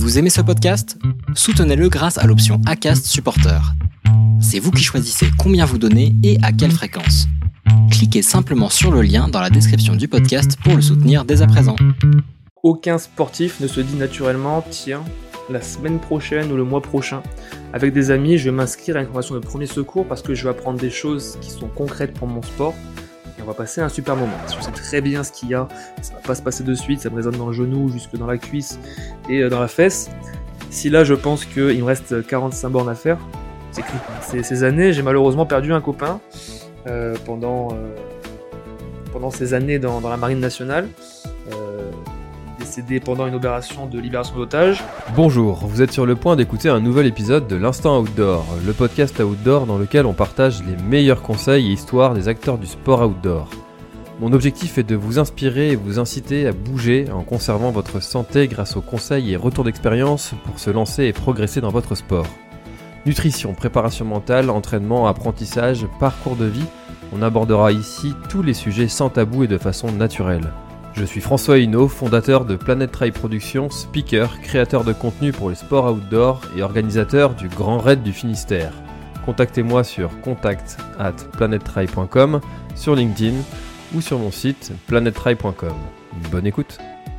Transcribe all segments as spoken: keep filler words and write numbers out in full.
Vous aimez ce podcast ? Soutenez-le grâce à l'option Acast Supporter. C'est vous qui choisissez combien vous donnez et à quelle fréquence. Cliquez simplement sur le lien dans la description du podcast pour le soutenir dès à présent. Aucun sportif ne se dit naturellement « Tiens, la semaine prochaine ou le mois prochain, avec des amis, je vais m'inscrire à une formation de premier secours parce que je vais apprendre des choses qui sont concrètes pour mon sport. Et on va passer un super moment. Je sais très bien ce qu'il y a, ça va pas se passer de suite, ça me résonne dans le genou, jusque dans la cuisse et dans la fesse. Si là je pense qu'il me reste quarante-cinq bornes à faire, c'est que ces, ces années, j'ai malheureusement perdu un copain euh, pendant, euh, pendant ces années dans, dans la marine nationale. Euh, décédé pendant une opération de libération d'otages. Bonjour, vous êtes sur le point d'écouter un nouvel épisode de l'Instant Outdoor, le podcast outdoor dans lequel on partage les meilleurs conseils et histoires des acteurs du sport outdoor. Mon objectif est de vous inspirer et vous inciter à bouger en conservant votre santé grâce aux conseils et retours d'expérience pour se lancer et progresser dans votre sport. Nutrition, préparation mentale, entraînement, apprentissage, parcours de vie, on abordera ici tous les sujets sans tabou et de façon naturelle. Je suis François Hinault, fondateur de Planet Trail Productions, speaker, créateur de contenu pour les sports outdoor et organisateur du Grand Raid du Finistère. Contactez-moi sur contact arobase planettrail point com, sur LinkedIn ou sur mon site planet trail point com. Bonne écoute.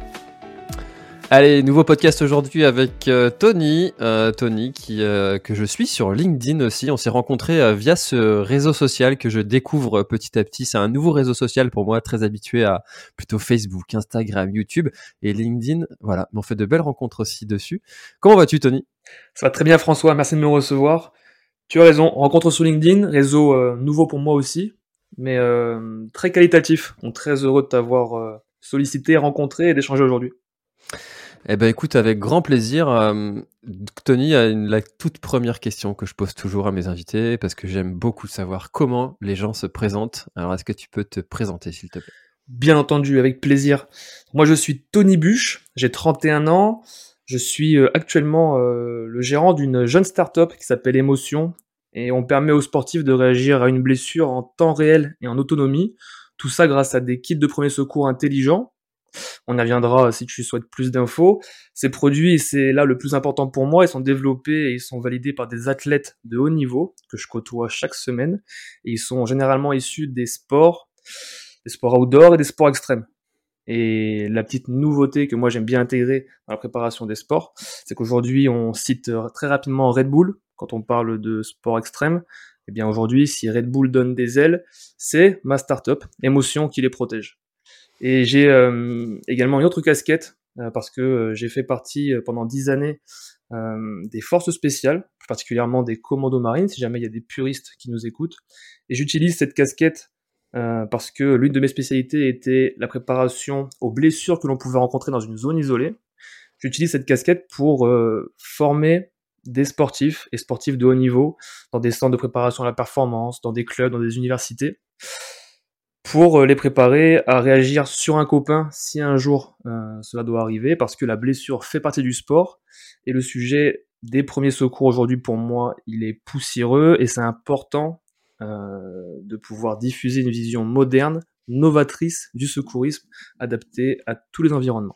Allez, nouveau podcast aujourd'hui avec euh, Tony, euh, Tony qui, euh, que je suis sur LinkedIn aussi. On s'est rencontrés euh, via ce réseau social que je découvre euh, petit à petit. C'est un nouveau réseau social pour moi, très habitué à plutôt Facebook, Instagram, YouTube et LinkedIn. Voilà, on fait de belles rencontres aussi dessus. Comment vas-tu, Tony ? Ça va très bien, François, merci de me recevoir. Tu as raison, rencontre sur LinkedIn, réseau euh, nouveau pour moi aussi, mais euh, très qualitatif. On est très heureux de t'avoir euh, sollicité, rencontré et d'échanger aujourd'hui. Eh ben écoute, avec grand plaisir. Euh, Tony a une, la toute première question que je pose toujours à mes invités parce que j'aime beaucoup savoir comment les gens se présentent. Alors est-ce que tu peux te présenter s'il te plaît ? Bien entendu, avec plaisir. Moi je suis Tony Buche, j'ai trente et un ans, je suis euh, actuellement euh, le gérant d'une jeune start-up qui s'appelle Emotion et on permet aux sportifs de réagir à une blessure en temps réel et en autonomie. Tout ça grâce à des kits de premier secours intelligents. On y reviendra si tu souhaites plus d'infos. Ces produits, c'est là le plus important pour moi, ils sont développés et ils sont validés par des athlètes de haut niveau que je côtoie chaque semaine. Et ils sont généralement issus des sports, des sports outdoor et des sports extrêmes. Et la petite nouveauté que moi j'aime bien intégrer dans la préparation des sports, c'est qu'aujourd'hui on cite très rapidement Red Bull quand on parle de sport extrême. Et bien aujourd'hui, si Red Bull donne des ailes, c'est ma start-up, Emotion, qui les protège. Et j'ai euh, également une autre casquette, euh, parce que euh, j'ai fait partie euh, pendant dix années euh, des forces spéciales, plus particulièrement des commandos marines, si jamais il y a des puristes qui nous écoutent. Et j'utilise cette casquette euh, parce que l'une de mes spécialités était la préparation aux blessures que l'on pouvait rencontrer dans une zone isolée. J'utilise cette casquette pour euh, former des sportifs et sportifs de haut niveau dans des centres de préparation à la performance, dans des clubs, dans des universités, pour les préparer à réagir sur un copain si un jour euh, cela doit arriver, parce que la blessure fait partie du sport, et le sujet des premiers secours aujourd'hui pour moi, il est poussiéreux, et c'est important euh, de pouvoir diffuser une vision moderne, novatrice du secourisme, adaptée à tous les environnements.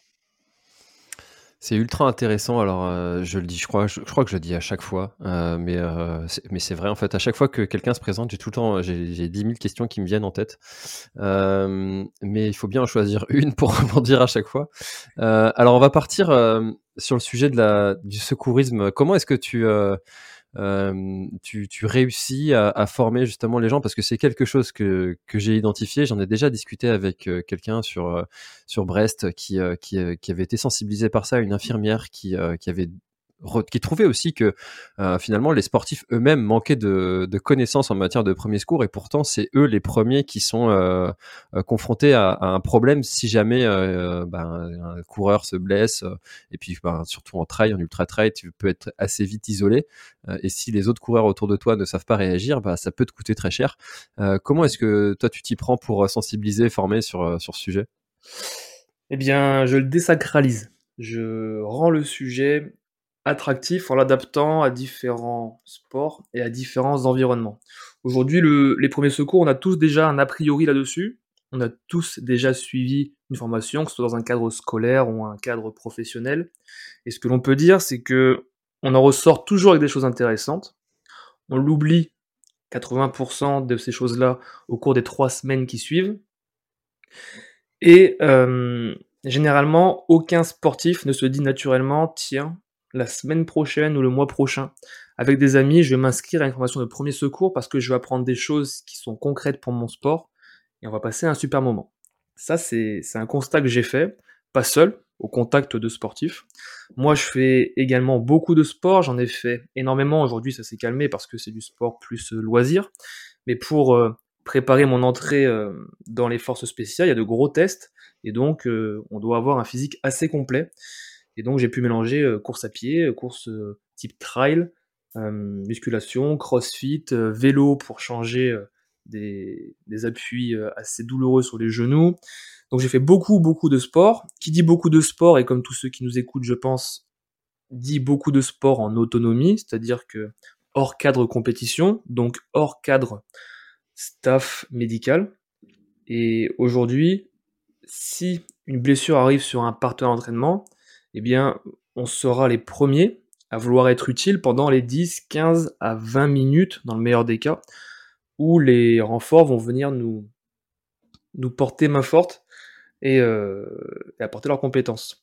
C'est ultra intéressant. Alors, euh, je le dis, je crois, je, je crois que je le dis à chaque fois, euh, mais euh, c'est, mais c'est vrai en fait. À chaque fois que quelqu'un se présente, j'ai tout le temps, j'ai, j'ai dix mille questions qui me viennent en tête. Euh, mais il faut bien en choisir une pour rebondir à chaque fois. Euh, alors, on va partir euh, sur le sujet de la du secourisme. Comment est-ce que tu euh, euh, tu, tu réussis à, à former justement les gens, parce que c'est quelque chose que, que j'ai identifié. J'en ai déjà discuté avec euh, quelqu'un sur, euh, sur Brest qui, euh, qui, euh, qui avait été sensibilisé par ça, une infirmière qui, euh, qui avait qui trouvait aussi que euh, finalement les sportifs eux-mêmes manquaient de, de connaissances en matière de premier secours, et pourtant c'est eux les premiers qui sont euh, euh, confrontés à, à un problème si jamais euh, ben, un coureur se blesse, euh, et puis ben, surtout en trail, en ultra trail, tu peux être assez vite isolé, euh, et si les autres coureurs autour de toi ne savent pas réagir, ben, ça peut te coûter très cher. Euh, comment est-ce que toi tu t'y prends pour sensibiliser, former sur, sur ce sujet ? Eh bien, je le désacralise. Je rends le sujet attractif en l'adaptant à différents sports et à différents environnements. Aujourd'hui, le, les premiers secours, on a tous déjà un a priori là-dessus. on a tous déjà suivi une formation, que ce soit dans un cadre scolaire ou un cadre professionnel. Et ce que l'on peut dire, c'est que on en ressort toujours avec des choses intéressantes. On l'oublie quatre-vingts pour cent de ces choses-là au cours des trois semaines qui suivent. Et euh, généralement, aucun sportif ne se dit naturellement, tiens, la semaine prochaine ou le mois prochain, avec des amis, je vais m'inscrire à une formation de premier secours parce que je vais apprendre des choses qui sont concrètes pour mon sport et on va passer un super moment. Ça, c'est, c'est un constat que j'ai fait, pas seul, au contact de sportifs. Moi, je fais également beaucoup de sport, j'en ai fait énormément. Aujourd'hui, ça s'est calmé parce que c'est du sport plus euh, loisir. Mais pour euh, préparer mon entrée euh, dans les forces spéciales, il y a de gros tests et donc euh, on doit avoir un physique assez complet. Et donc j'ai pu mélanger euh, course à pied, course euh, type trail, euh, musculation, crossfit, euh, vélo pour changer euh, des, des appuis euh, assez douloureux sur les genoux. Donc j'ai fait beaucoup, beaucoup de sport. Qui dit beaucoup de sport, et comme tous ceux qui nous écoutent, je pense, dit beaucoup de sport en autonomie, c'est-à-dire que hors cadre compétition, donc hors cadre staff médical. Et aujourd'hui, si une blessure arrive sur un partenaire d'entraînement, eh bien, on sera les premiers à vouloir être utile pendant les dix, quinze à vingt minutes, dans le meilleur des cas, où les renforts vont venir nous, nous porter main forte et, euh, et apporter leurs compétences.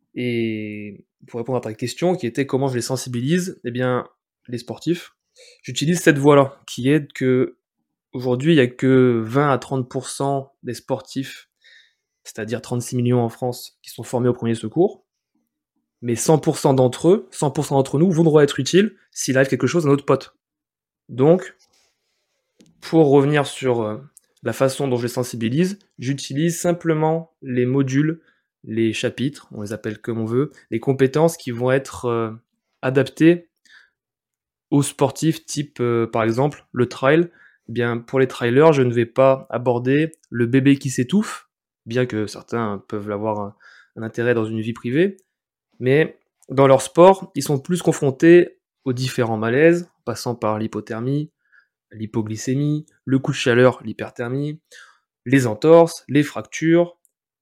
Et pour répondre à ta question, qui était comment je les sensibilise, eh bien, les sportifs, j'utilise cette voie-là, qui est que aujourd'hui, il n'y a que vingt à trente pour cent des sportifs, c'est-à-dire trente-six millions en France, qui sont formés au premier secours. Mais cent pour cent d'entre eux, cent pour cent d'entre nous vont être utiles s'il arrive quelque chose à notre pote. Donc, pour revenir sur euh, la façon dont je les sensibilise, j'utilise simplement les modules, les chapitres, on les appelle comme on veut, les compétences qui vont être euh, adaptées aux sportifs type, euh, par exemple, le trail. Eh bien, pour les trailers, je ne vais pas aborder le bébé qui s'étouffe, bien que certains peuvent avoir un, un intérêt dans une vie privée, mais dans leur sport, ils sont plus confrontés aux différents malaises, passant par l'hypothermie, l'hypoglycémie, le coup de chaleur, l'hyperthermie, les entorses, les fractures,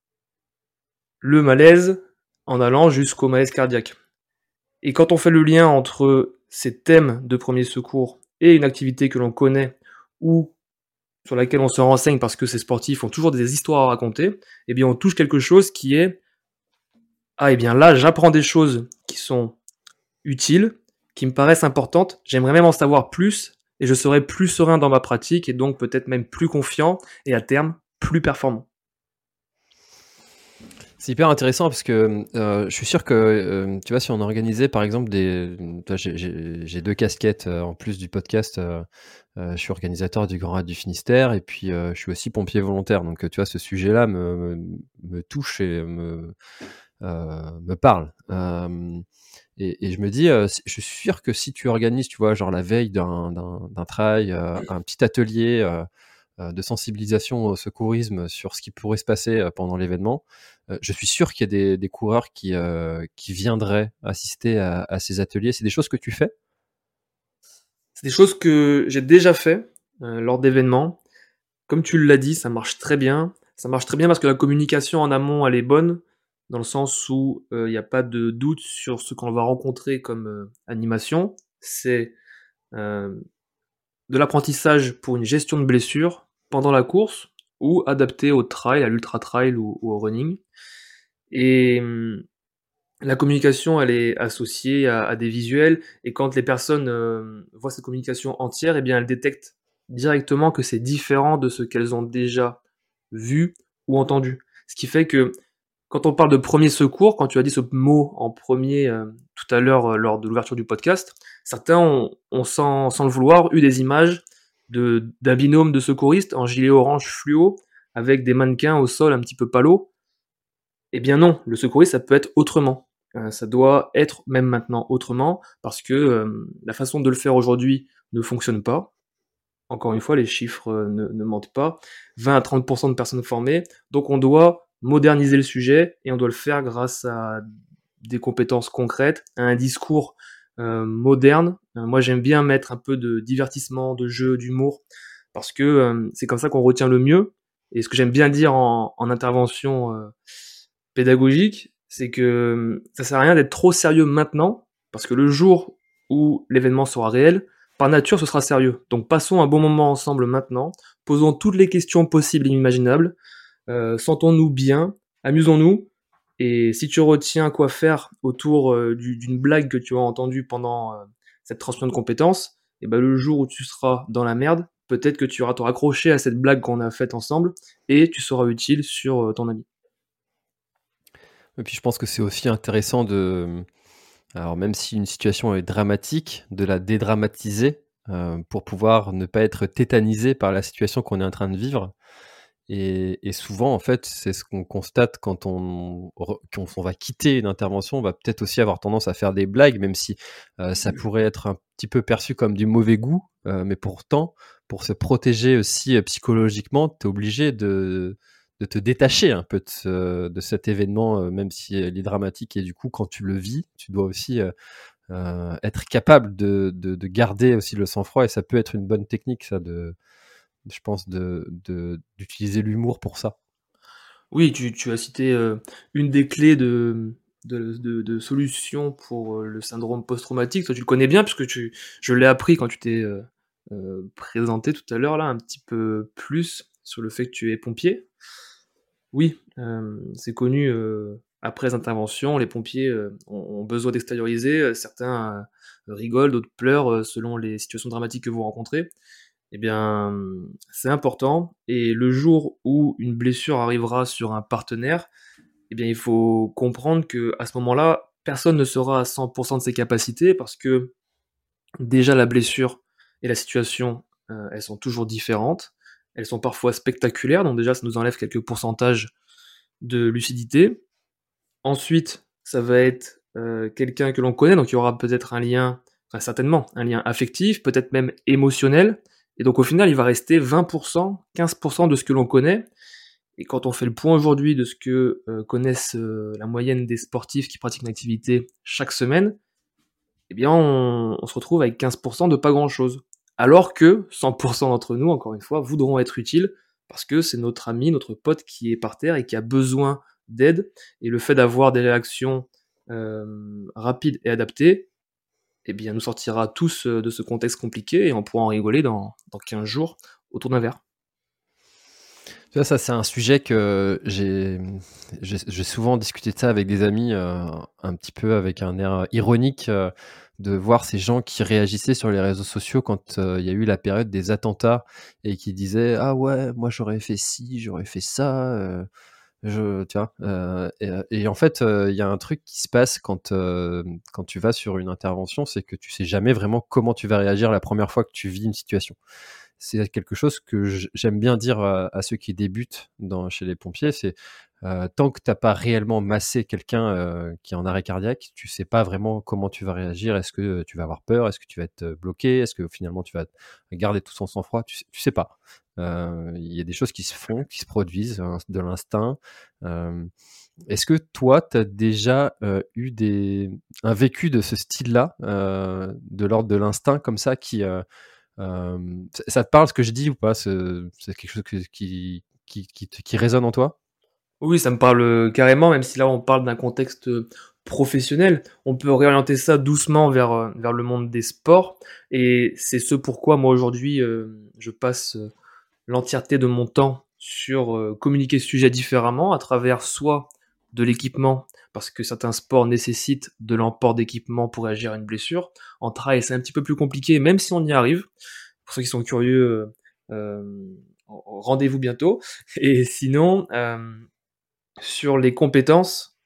le malaise, en allant jusqu'au malaise cardiaque. Et quand on fait le lien entre ces thèmes de premier secours et une activité que l'on connaît ou sur laquelle on se renseigne parce que ces sportifs ont toujours des histoires à raconter, eh bien on touche quelque chose qui est ah, et bien là, j'apprends des choses qui sont utiles, qui me paraissent importantes. J'aimerais même en savoir plus et je serai plus serein dans ma pratique et donc peut-être même plus confiant et à terme plus performant. C'est hyper intéressant parce que euh, je suis sûr que euh, tu vois, si on organisait par exemple des, j'ai, j'ai, j'ai deux casquettes euh, en plus du podcast. Euh, euh, je suis organisateur du Grand Raid du Finistère et puis euh, je suis aussi pompier volontaire. Donc tu vois, ce sujet-là me, me, me touche et me Euh, me parle. Euh, et, et je me dis, euh, je suis sûr que si tu organises, tu vois, genre la veille d'un, d'un, d'un trail, euh, un petit atelier euh, euh, de sensibilisation au secourisme sur ce qui pourrait se passer euh, pendant l'événement, euh, je suis sûr qu'il y a des, des coureurs qui, euh, qui viendraient assister à, à ces ateliers. C'est des choses que tu fais ? C'est des choses que j'ai déjà fait euh, lors d'événements. Comme tu l'as dit, ça marche très bien. Ça marche très bien parce que la communication en amont, elle est bonne, dans le sens où il euh, n'y a pas de doute sur ce qu'on va rencontrer comme euh, animation. C'est euh, de l'apprentissage pour une gestion de blessure pendant la course ou adapté au trail, à l'ultra trail ou, ou au running. Et hum, la communication, elle est associée à, à des visuels et quand les personnes euh, voient cette communication entière, eh bien elles détectent directement que c'est différent de ce qu'elles ont déjà vu ou entendu. Ce qui fait que quand on parle de premier secours, quand tu as dit ce mot en premier euh, tout à l'heure euh, lors de l'ouverture du podcast, certains ont, ont sans, sans le vouloir eu des images de, d'un binôme de secouristes en gilet orange fluo avec des mannequins au sol un petit peu palo. Eh bien non, le secouriste ça peut être autrement. Euh, ça doit être même maintenant autrement parce que euh, la façon de le faire aujourd'hui ne fonctionne pas. Encore une fois, les chiffres euh, ne, ne mentent pas. vingt à trente pour cent de personnes formées, donc on doit moderniser le sujet et on doit le faire grâce à des compétences concrètes, à un discours euh, moderne. Euh, moi, j'aime bien mettre un peu de divertissement, de jeu, d'humour, parce que euh, c'est comme ça qu'on retient le mieux. Et ce que j'aime bien dire en, en intervention euh, pédagogique, c'est que ça sert à rien d'être trop sérieux maintenant, parce que le jour où l'événement sera réel, par nature, ce sera sérieux. Donc passons un bon moment ensemble maintenant, posons toutes les questions possibles et imaginables, euh, sentons-nous bien, amusons-nous, et si tu retiens quoi faire autour euh, du, d'une blague que tu as entendue pendant euh, cette transmission de compétences, et ben le jour où tu seras dans la merde, peut-être que tu auras te raccrocher à cette blague qu'on a faite ensemble, et tu seras utile sur euh, ton ami. Et puis je pense que c'est aussi intéressant de, alors même si une situation est dramatique, de la dédramatiser euh, pour pouvoir ne pas être tétanisé par la situation qu'on est en train de vivre. Et, et souvent, en fait, c'est ce qu'on constate quand on, re- quand on va quitter une intervention. On va peut-être aussi avoir tendance à faire des blagues, même si euh, ça pourrait être un petit peu perçu comme du mauvais goût. Euh, mais pourtant, pour se protéger aussi euh, psychologiquement, tu es obligé de, de te détacher un peu de, ce- de cet événement, euh, même si il est dramatique. Et du coup, quand tu le vis, tu dois aussi euh, euh, être capable de, de, de garder aussi le sang-froid. Et ça peut être une bonne technique, ça, de, je pense, de, de, d'utiliser l'humour pour ça. Oui, tu, tu as cité euh, une des clés de, de, de, de solution pour euh, le syndrome post-traumatique. Toi, tu le connais bien puisque tu, je l'ai appris quand tu t'es euh, euh, présenté tout à l'heure là, un petit peu plus sur le fait que tu es pompier. Oui, euh, c'est connu. Euh, après les interventions, les pompiers euh, ont, ont besoin d'extérioriser. Euh, Certains euh, rigolent, d'autres pleurent euh, selon les situations dramatiques que vous rencontrez. Eh bien, c'est important. Et le jour où une blessure arrivera sur un partenaire, eh bien, il faut comprendre que à ce moment-là, personne ne sera à cent pour cent de ses capacités parce que déjà la blessure et la situation, euh, elles sont toujours différentes. Elles sont parfois spectaculaires, donc déjà ça nous enlève quelques pourcentages de lucidité. Ensuite, ça va être euh, quelqu'un que l'on connaît, donc il y aura peut-être un lien, enfin certainement, un lien affectif, peut-être même émotionnel. Et donc au final, il va rester vingt pour cent, quinze pour cent de ce que l'on connaît. Et quand on fait le point aujourd'hui de ce que euh, connaissent euh, la moyenne des sportifs qui pratiquent une activité chaque semaine, eh bien on, on se retrouve avec quinze pour cent de pas grand-chose. Alors que cent pour cent d'entre nous, encore une fois, voudront être utiles parce que c'est notre ami, notre pote qui est par terre et qui a besoin d'aide. Et le fait d'avoir des réactions euh, rapides et adaptées, eh bien, nous sortira tous euh, de ce contexte compliqué et on pourra en rigoler dans, dans quinze jours autour d'un verre. Tu vois, ça, c'est un sujet que j'ai, j'ai, j'ai souvent discuté de ça avec des amis, euh, un petit peu avec un air ironique, euh, de voir ces gens qui réagissaient sur les réseaux sociaux quand euh, il y a eu la période des attentats et qui disaient ah ouais, moi j'aurais fait ci, j'aurais fait ça, euh, je, tu vois. Euh, et, et en fait, euh, il y a un truc qui se passe quand euh, quand tu vas sur une intervention, c'est que tu sais jamais vraiment comment tu vas réagir la première fois que tu vis une situation. C'est quelque chose que j'aime bien dire à, à ceux qui débutent dans, chez les pompiers, c'est euh, tant que tu n'as pas réellement massé quelqu'un euh, qui est en arrêt cardiaque, tu sais pas vraiment comment tu vas réagir. Est-ce que tu vas avoir peur? Est-ce que tu vas être bloqué? Est-ce que finalement tu vas garder tout son sang-froid? Tu sais, tu sais pas. Euh, Il y a des choses qui se font, qui se produisent, hein, de l'instinct. Euh, Est-ce que toi, tu as déjà euh, eu des, un vécu de ce style-là, euh, de l'ordre de l'instinct comme ça, qui... Euh, euh, ça te parle ce que je dis ou pas? C'est c'est quelque chose que- qui, qui, qui, te- qui résonne en toi? Oui, ça me parle euh, carrément, même si là on parle d'un contexte euh, professionnel, on peut réorienter ça doucement vers, euh, vers le monde des sports. Et c'est ce pourquoi moi aujourd'hui euh, je passe euh, l'entièreté de mon temps sur euh, communiquer ce sujet différemment à travers soit de l'équipement, parce que certains sports nécessitent de l'emport d'équipement pour réagir à une blessure. En trail, c'est un petit peu plus compliqué, même si on y arrive. Pour ceux qui sont curieux, euh, euh, rendez-vous bientôt. Et sinon, euh, sur les compétences,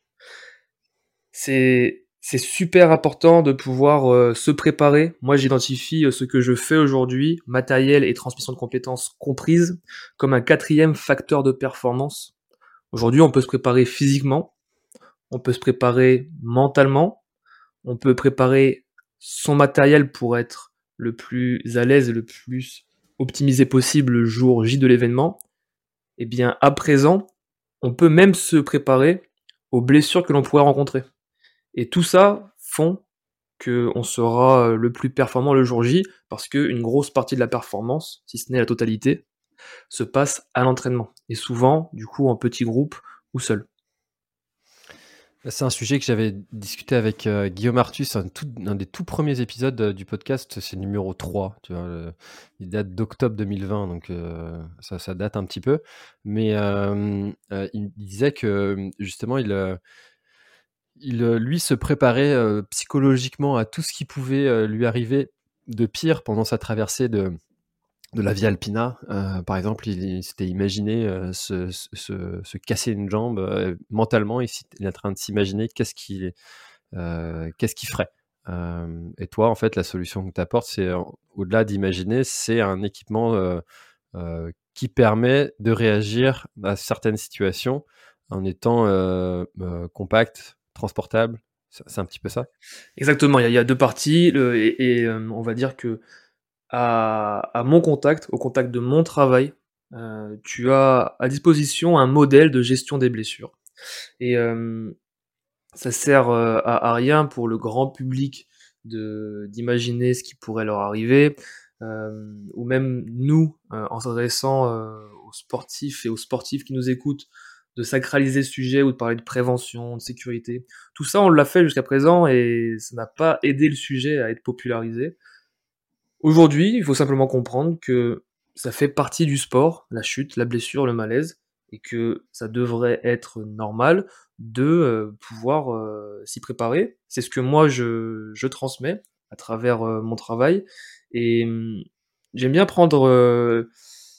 c'est c'est super important de pouvoir euh, se préparer. Moi, j'identifie euh, ce que je fais aujourd'hui, matériel et transmission de compétences comprises, comme un quatrième facteur de performance. Aujourd'hui, on peut se préparer physiquement, on peut se préparer mentalement, on peut préparer son matériel pour être le plus à l'aise et le plus optimisé possible le jour J de l'événement. Et bien, à présent, on peut même se préparer aux blessures que l'on pourrait rencontrer. Et tout ça font qu'on sera le plus performant le jour J, parce qu'une grosse partie de la performance, si ce n'est la totalité, se passe à l'entraînement et souvent, du coup, en petits groupes ou seul. C'est un sujet que j'avais discuté avec euh, Guillaume Artus, un, tout- un des tout premiers épisodes euh, du podcast, c'est numéro trois, tu vois, le- il date d'octobre deux mille vingt, donc euh, ça, ça date un petit peu. Mais euh, euh, il il disait que justement, il, euh, il euh, lui se préparait euh, psychologiquement à tout ce qui pouvait euh, lui arriver de pire pendant sa traversée de, de la Via Alpina. Euh, par exemple, il, il s'était imaginé euh, se, se- se- se casser une jambe euh, mentalement, il, s'est- il est en train de s'imaginer qu'est-ce qu'il euh, qu'est-ce qu'il ferait. Euh, et toi, en fait, la solution que tu apportes, c'est euh, au-delà d'imaginer, c'est un équipement euh, euh, qui permet de réagir à certaines situations en étant euh, euh, compact, transportable. C'est c'est un petit peu ça. Exactement, il y a il y a deux parties, le et et hem, on va dire que à à mon contact, au contact de mon travail, heu, tu as à disposition un modèle de gestion des blessures et hem, ça sert, heu, à à rien pour le grand public de d'imaginer ce qui pourrait leur arriver, hem, ou même nous, heu, en s'adressant, heu, aux sportifs et aux sportifs qui nous écoutent, de sacraliser le sujet ou de parler de prévention, de sécurité. Tout ça, on l'a fait jusqu'à présent et ça n'a pas aidé le sujet à être popularisé. Aujourd'hui, il faut simplement comprendre que ça fait partie du sport, la chute, la blessure, le malaise, et que ça devrait être normal de euh, pouvoir euh, s'y préparer. C'est ce que moi je, je transmets à travers euh, mon travail. Et hum, j'aime bien prendre euh,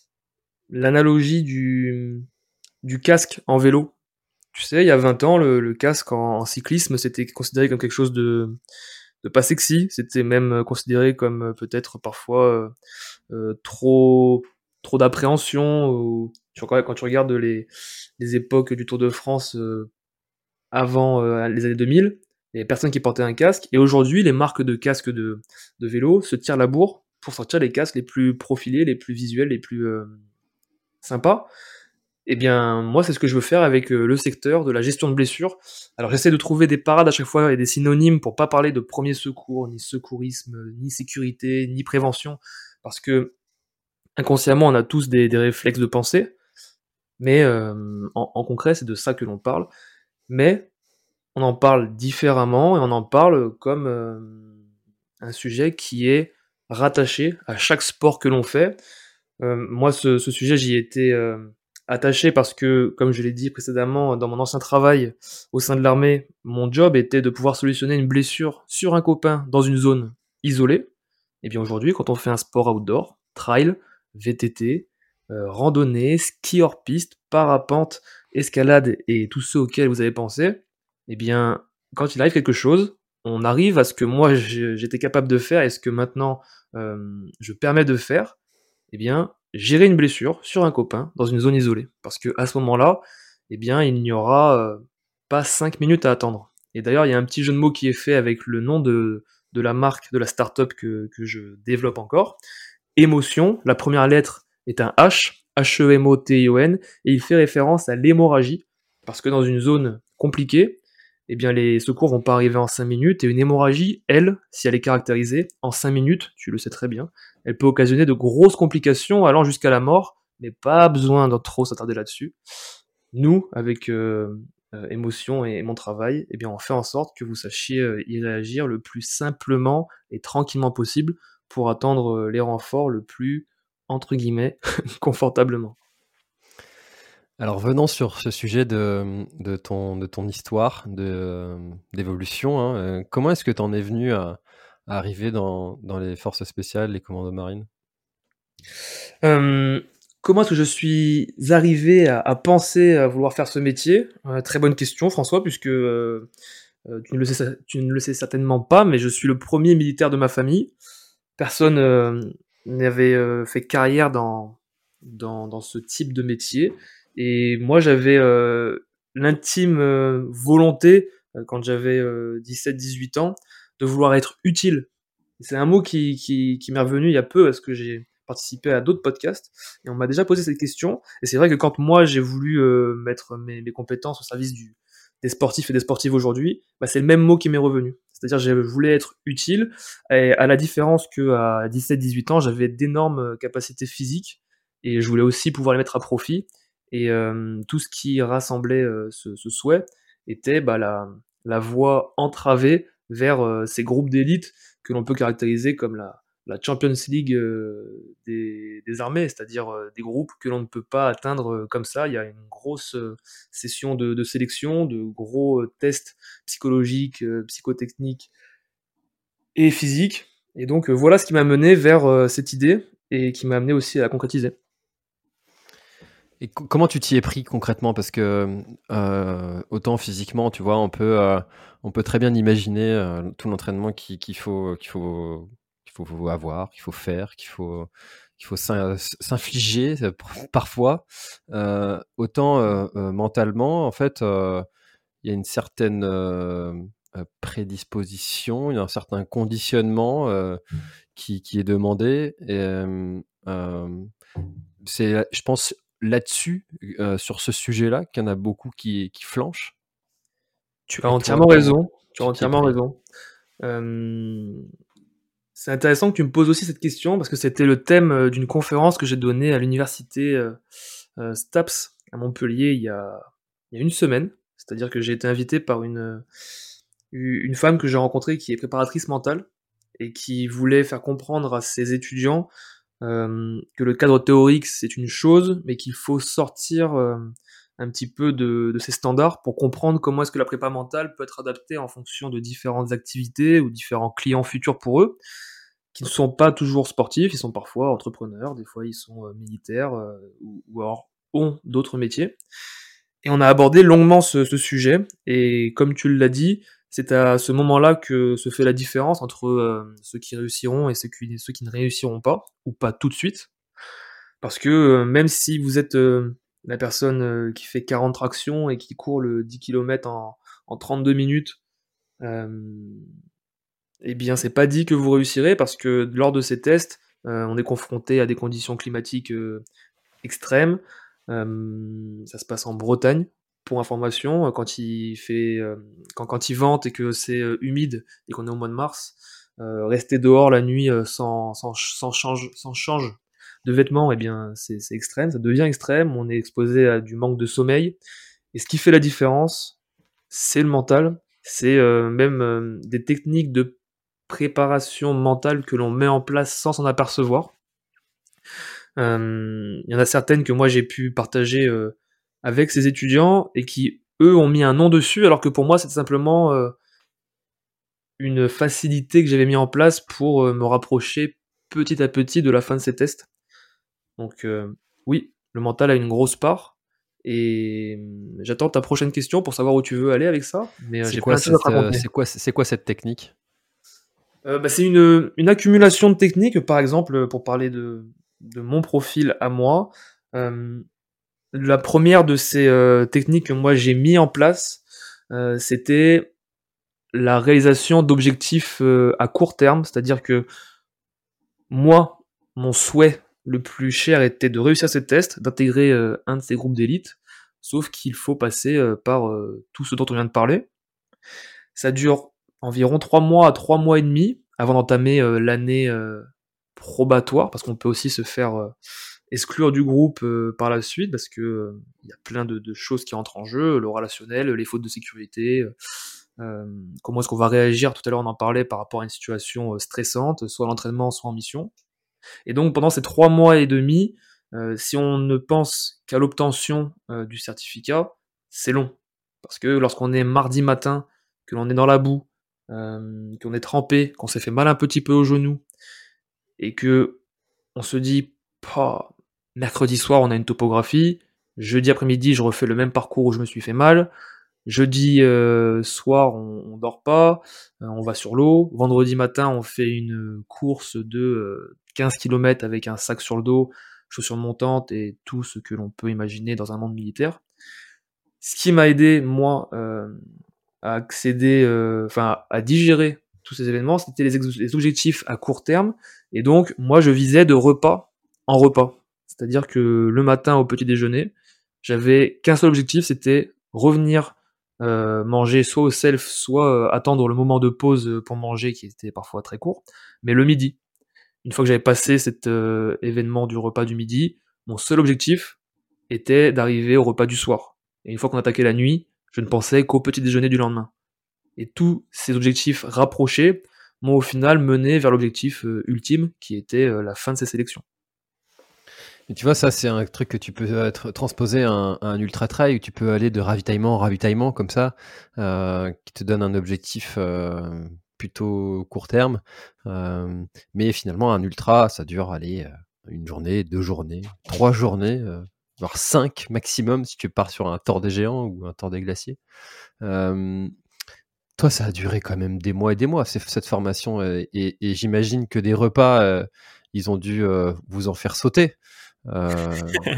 l'analogie du, du casque en vélo. Tu sais, il y a vingt ans, le, le casque en, en cyclisme, c'était considéré comme quelque chose de, de pas sexy. C'était même euh, considéré comme euh, peut-être parfois euh, euh, trop trop d'appréhension ou tu vois, quand tu regardes les les époques du Tour de France euh, avant euh, les années deux mille, il y avait personne qui portait un casque et aujourd'hui les marques de casques de de vélo se tirent la bourre pour sortir les casques les plus profilés, les plus visuels, les plus euh, sympas. Eh bien, moi, c'est ce que je veux faire avec euh, le secteur de la gestion de blessures. Alors, j'essaie de trouver des parades à chaque fois et des synonymes pour pas parler de premier secours, ni secourisme, ni sécurité, ni prévention, parce que inconsciemment, on a tous des, des réflexes de pensée, mais euh, en, en concret, c'est de ça que l'on parle. Mais on en parle différemment et on en parle comme euh, un sujet qui est rattaché à chaque sport que l'on fait. Euh, moi, ce, ce sujet, j'y étais euh, attaché parce que, comme je l'ai dit précédemment, dans mon ancien travail au sein de l'armée, mon job était de pouvoir solutionner une blessure sur un copain dans une zone isolée. Et bien aujourd'hui, quand on fait un sport outdoor, trail, V T T, euh, randonnée, ski hors piste, parapente, escalade et tous ceux auxquels vous avez pensé, eh bien, quand il arrive quelque chose, on arrive à ce que moi j'ai- j'étais capable de faire et ce que maintenant euh, je permets de faire, eh bien, gérer une blessure sur un copain dans une zone isolée. Parce que à ce moment-là, eh bien, il n'y aura euh, pas cinq minutes à attendre. Et d'ailleurs, il y a un petit jeu de mots qui est fait avec le nom de, de la marque, de la startup que, que je développe encore. Émotion, la première lettre est un H, H E M O T I O N, et il fait référence à l'hémorragie, parce que dans une zone compliquée, eh bien les secours vont pas arriver en cinq minutes, et une hémorragie, elle, si elle est caractérisée, en cinq minutes, tu le sais très bien, elle peut occasionner de grosses complications allant jusqu'à la mort, mais pas besoin de trop s'attarder là-dessus. Nous, avec euh, euh, émotion et mon travail, eh bien on fait en sorte que vous sachiez euh, y réagir le plus simplement et tranquillement possible pour attendre euh, les renforts le plus, entre guillemets, confortablement. Alors venons sur ce sujet de, de ton, de ton histoire de, d'évolution, hein, euh, comment est-ce que tu en es venu à, à arriver dans, dans les forces spéciales, les commandos marines? Euh, comment est-ce que je suis arrivé à, à penser à vouloir faire ce métier? Euh, Très bonne question, François, puisque euh, euh, tu, ne le sais, tu ne le sais certainement pas, mais je suis le premier militaire de ma famille. Personne euh, n'avait euh, fait carrière dans, dans, dans ce type de métier. Et moi, j'avais euh, l'intime euh, volonté, euh, quand j'avais euh, dix-sept dix-huit ans, de vouloir être utile. Et c'est un mot qui, qui, qui m'est revenu il y a peu, parce que j'ai participé à d'autres podcasts, et on m'a déjà posé cette question. Et c'est vrai que quand moi, j'ai voulu euh, mettre mes, mes compétences au service du, des sportifs et des sportives aujourd'hui, bah, c'est le même mot qui m'est revenu. C'est-à-dire je voulais être utile, et à la différence qu'à dix-sept dix-huit ans, j'avais d'énormes capacités physiques, et je voulais aussi pouvoir les mettre à profit. Et euh, tout ce qui rassemblait euh, ce, ce souhait était bah, la, la voie entravée vers euh, ces groupes d'élite que l'on peut caractériser comme la, la Champions League euh, des, des armées, c'est-à-dire euh, des groupes que l'on ne peut pas atteindre euh, comme ça. Il y a une grosse euh, session de, de sélection, de gros euh, tests psychologiques, euh, psychotechniques et physiques. Et donc euh, voilà ce qui m'a mené vers euh, cette idée et qui m'a amené aussi à la concrétiser. Et co- comment tu t'y es pris concrètement? Parce que euh, autant physiquement, tu vois, on peut, euh, on peut très bien imaginer euh, tout l'entraînement qui- qu'il faut, qu'il faut, qu'il faut avoir, qu'il faut faire, qu'il faut, qu'il faut s'in- s'infliger euh, parfois. Euh, autant euh, euh, mentalement, en fait, euh, il y a une certaine euh, euh, prédisposition, il y a un certain conditionnement euh, qui, qui est demandé. Et, euh, euh, c'est, je pense, là-dessus, euh, sur ce sujet-là, qu'il y en a beaucoup qui, qui flanchent. Tu as Et toi, entièrement comment raison. Tu as tu t'y es entièrement pris? raison. Euh, c'est intéressant que tu me poses aussi cette question parce que c'était le thème euh, d'une conférence que j'ai donnée à l'université euh, euh, STAPS à Montpellier il y a, il y a une semaine. C'est-à-dire que j'ai été invité par une, euh, une femme que j'ai rencontrée qui est préparatrice mentale et qui voulait faire comprendre à ses étudiants euh, que le cadre théorique c'est une chose, mais qu'il faut sortir euh, un petit peu de, de ces standards pour comprendre comment est-ce que la prépa mentale peut être adaptée en fonction de différentes activités ou différents clients futurs pour eux, qui ne sont pas toujours sportifs, ils sont parfois entrepreneurs, des fois ils sont euh, militaires euh, ou, ou alors ont d'autres métiers. Et on a abordé longuement ce, ce sujet, et comme tu l'as dit, c'est à ce moment-là que se fait la différence entre euh, ceux qui réussiront et ceux qui, ceux qui ne réussiront pas, ou pas tout de suite. Parce que euh, même si vous êtes euh, la personne euh, qui fait quarante tractions et qui court le dix kilomètres en, en trente-deux minutes, euh, eh bien c'est pas dit que vous réussirez, parce que lors de ces tests, euh, on est confronté à des conditions climatiques euh, extrême. Euh, ça se passe en Bretagne, pour information, euh, quand il fait, euh, quand, quand il vente et que c'est euh, humide et qu'on est au mois de mars, euh, rester dehors la nuit euh, sans, sans, sans, change, sans change de vêtements, eh bien c'est c'est extrême, ça devient extrême, on est exposé à du manque de sommeil. Et ce qui fait la différence, c'est le mental, c'est euh, même euh, des techniques de préparation mentale que l'on met en place sans s'en apercevoir. Euh, Il y en a certaines que moi j'ai pu partager euh, avec ces étudiants et qui, eux, ont mis un nom dessus, alors que pour moi, c'est simplement euh, une facilité que j'avais mis en place pour euh, me rapprocher petit à petit de la fin de ces tests. Donc euh, oui, le mental a une grosse part. Et euh, j'attends ta prochaine question pour savoir où tu veux aller avec ça, mais euh, C'est j'ai quoi plein de choses à te cette, euh, raconter. c'est quoi, c'est quoi cette technique? Euh, bah, c'est une, une accumulation de techniques, par exemple, pour parler de, de mon profil à moi. Euh, La première de ces euh, techniques que moi j'ai mis en place, euh, c'était la réalisation d'objectifs euh, à court terme, c'est-à-dire que moi, mon souhait le plus cher était de réussir ces tests, d'intégrer euh, un de ces groupes d'élite, sauf qu'il faut passer euh, par euh, tout ce dont on vient de parler. Ça dure environ trois mois à trois mois et demi avant d'entamer euh, l'année euh, probatoire, parce qu'on peut aussi se faire euh, exclure du groupe euh, par la suite, parce que euh, il y a plein de, de choses qui entrent en jeu, le relationnel, les fautes de sécurité, euh, comment est-ce qu'on va réagir, tout à l'heure on en parlait par rapport à une situation euh, stressante, soit à l'entraînement, soit en mission. Et donc pendant ces trois mois et demi, euh, si on ne pense qu'à l'obtention euh, du certificat, c'est long. Parce que lorsqu'on est mardi matin, que l'on est dans la boue, euh, qu'on est trempé, qu'on s'est fait mal un petit peu au genou, et que on se dit, Pah, mercredi soir on a une topographie, jeudi après-midi je refais le même parcours où je me suis fait mal, jeudi euh, soir on, on dort pas, euh, on va sur l'eau, vendredi matin on fait une course de euh, quinze kilomètres avec un sac sur le dos, chaussures montantes et tout ce que l'on peut imaginer dans un monde militaire. Ce qui m'a aidé, moi, euh, à accéder, euh, enfin, à digérer tous ces événements, c'était les, ex- les objectifs à court terme. Et donc, moi, je visais de repas en repas. C'est-à-dire que le matin au petit déjeuner, j'avais qu'un seul objectif, c'était revenir euh, manger soit au self, soit euh, attendre le moment de pause pour manger, qui était parfois très court, mais le midi. Une fois que j'avais passé cet euh, événement du repas du midi, mon seul objectif était d'arriver au repas du soir. Et une fois qu'on attaquait la nuit, je ne pensais qu'au petit déjeuner du lendemain. Et tous ces objectifs rapprochés m'ont au final mené vers l'objectif euh, ultime qui était euh, la fin de ces sélections. Et tu vois, ça, c'est un truc que tu peux être transposer à un, à un ultra trail où tu peux aller de ravitaillement en ravitaillement comme ça, euh, qui te donne un objectif euh, plutôt court terme. Euh, mais finalement, un ultra, ça dure aller une journée, deux journées, trois journées, euh, voire cinq maximum si tu pars sur un Tour des Géants ou un Tour des Glaciers. Euh, toi, ça a duré quand même des mois et des mois, cette formation. Et, et, et j'imagine que des repas, euh, ils ont dû euh, vous en faire sauter. Euh...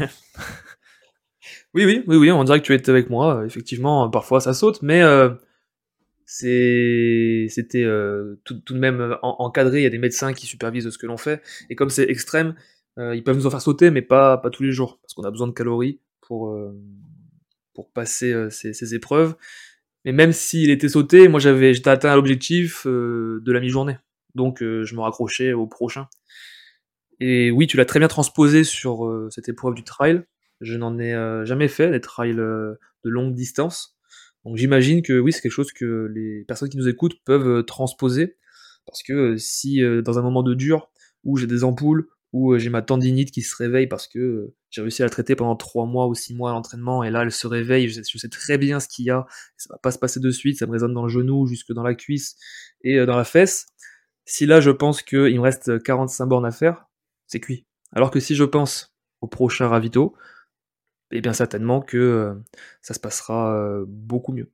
oui, oui, oui, oui, on dirait que tu étais avec moi. Effectivement, parfois ça saute, mais euh, c'est, c'était euh, tout, tout de même en, encadré. Il y a des médecins qui supervisent ce que l'on fait. Et comme c'est extrême, euh, ils peuvent nous en faire sauter, mais pas, pas tous les jours, parce qu'on a besoin de calories pour, euh, pour passer euh, ces, ces épreuves. Mais même s'il était sauté, moi j'avais, j'étais atteint à l'objectif euh, de la mi-journée. Donc euh, je me raccrochais au prochain. Et oui, tu l'as très bien transposé sur euh, cette épreuve du trail. Je n'en ai euh, jamais fait, des trails euh, de longue distance. Donc j'imagine que oui, c'est quelque chose que les personnes qui nous écoutent peuvent euh, transposer. Parce que euh, si euh, dans un moment de dur, où j'ai des ampoules, où euh, j'ai ma tendinite qui se réveille parce que euh, j'ai réussi à la traiter pendant trois mois ou six mois à l'entraînement, et là elle se réveille, je sais, je sais très bien ce qu'il y a, ça va pas se passer de suite, ça me résonne dans le genou, jusque dans la cuisse et euh, dans la fesse. Si là je pense qu'il me reste quarante-cinq bornes à faire, c'est cuit. Alors que si je pense au prochain ravito, eh bien certainement que euh, ça se passera euh, beaucoup mieux.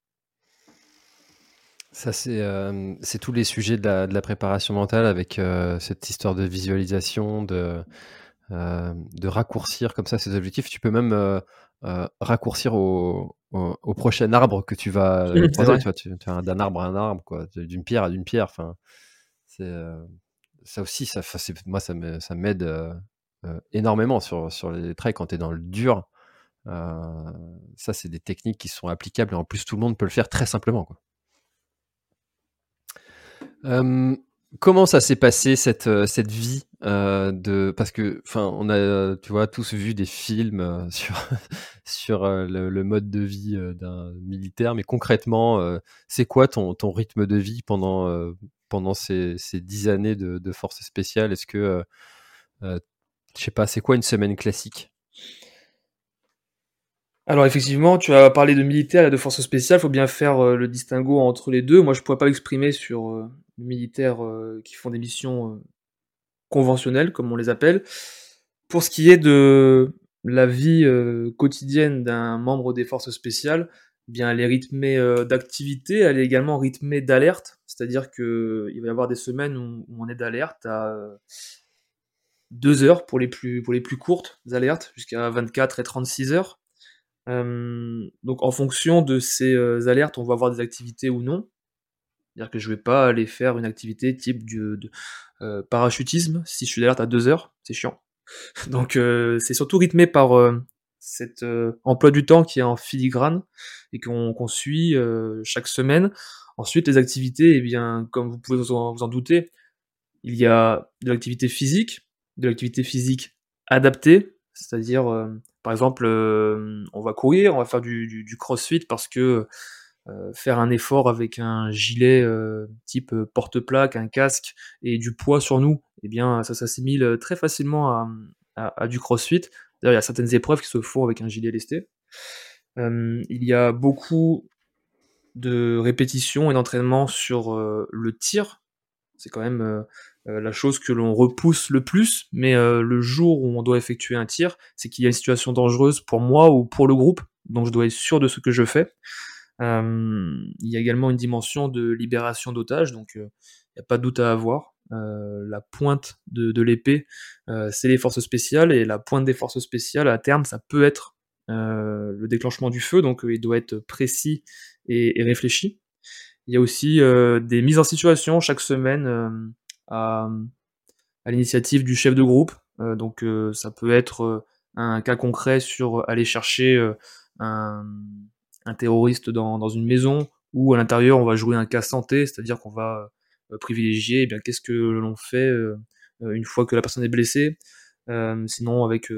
Ça, c'est euh, c'est tous les sujets de la, de la préparation mentale avec euh, cette histoire de visualisation, de, euh, de raccourcir comme ça ces objectifs. Tu peux même euh, euh, raccourcir au, au, au prochain arbre que tu vas euh, croiser. Tu vois, tu, tu vas d'un arbre à un arbre, quoi, d'une pierre à d'une pierre. Enfin, c'est euh, ça aussi. Ça, c'est, moi, ça me, ça m'aide euh, euh, énormément sur sur les trails quand tu es dans le dur. Euh, ça, c'est des techniques qui sont applicables et en plus, tout le monde peut le faire très simplement, quoi. Euh, comment ça s'est passé cette, euh, cette vie euh, de parce que enfin on a tu vois tous vu des films euh, sur sur euh, le, le mode de vie euh, d'un militaire, mais concrètement euh, c'est quoi ton, ton rythme de vie pendant euh, pendant ces, ces dix années de, de force spéciale? Est-ce que euh, euh, je sais pas, c'est quoi une semaine classique? Alors effectivement, tu as parlé de militaire et de forces spéciales, il faut bien faire euh, le distinguo entre les deux. Moi, je pourrais pas l'exprimer sur euh, les militaires euh, qui font des missions euh, conventionnelles, comme on les appelle. Pour ce qui est de la vie euh, quotidienne d'un membre des forces spéciales, eh bien, elle est rythmée euh, d'activité, elle est également rythmée d'alerte, c'est-à-dire que il va y avoir des semaines où, où on est d'alerte à euh, deux heures pour les plus pour les plus courtes alertes, jusqu'à vingt-quatre et trente-six heures. Euh, donc en fonction de ces euh, alertes, on va avoir des activités ou non. C'est-à-dire que je vais pas aller faire une activité type du de, euh, parachutisme si je suis d'alerte à deux heures, c'est chiant. Donc euh, c'est surtout rythmé par euh, cet euh, emploi du temps qui est en filigrane et qu'on qu'on suit euh, chaque semaine. Ensuite, les activités, eh bien, comme vous pouvez vous en, vous en douter, il y a de l'activité physique, de l'activité physique adaptée, c'est-à-dire, euh, par exemple, euh, on va courir, on va faire du, du, du crossfit parce que euh, faire un effort avec un gilet euh, type euh, porte-plaque, un casque et du poids sur nous, eh bien, ça s'assimile très facilement à, à, à du crossfit. D'ailleurs, il y a certaines épreuves qui se font avec un gilet lesté. Euh, il y a beaucoup de répétitions et d'entraînement sur euh, le tir. C'est quand même euh, euh, la chose que l'on repousse le plus, mais euh, le jour où on doit effectuer un tir, c'est qu'il y a une situation dangereuse pour moi ou pour le groupe, donc je dois être sûr de ce que je fais. Euh, il y a également une dimension de libération d'otages, donc il euh, n'y a pas de doute à avoir. Euh, la pointe de, de l'épée, euh, c'est les forces spéciales, et la pointe des forces spéciales, à terme, ça peut être euh, le déclenchement du feu, donc euh, il doit être précis et, et réfléchi. Il y a aussi euh, des mises en situation chaque semaine euh, à, à l'initiative du chef de groupe. Euh, donc euh, ça peut être euh, un cas concret sur aller chercher euh, un, un terroriste dans, dans une maison, ou à l'intérieur on va jouer un cas santé, c'est-à-dire qu'on va euh, privilégier eh bien, qu'est-ce que l'on fait euh, une fois que la personne est blessée. Euh, sinon avec euh,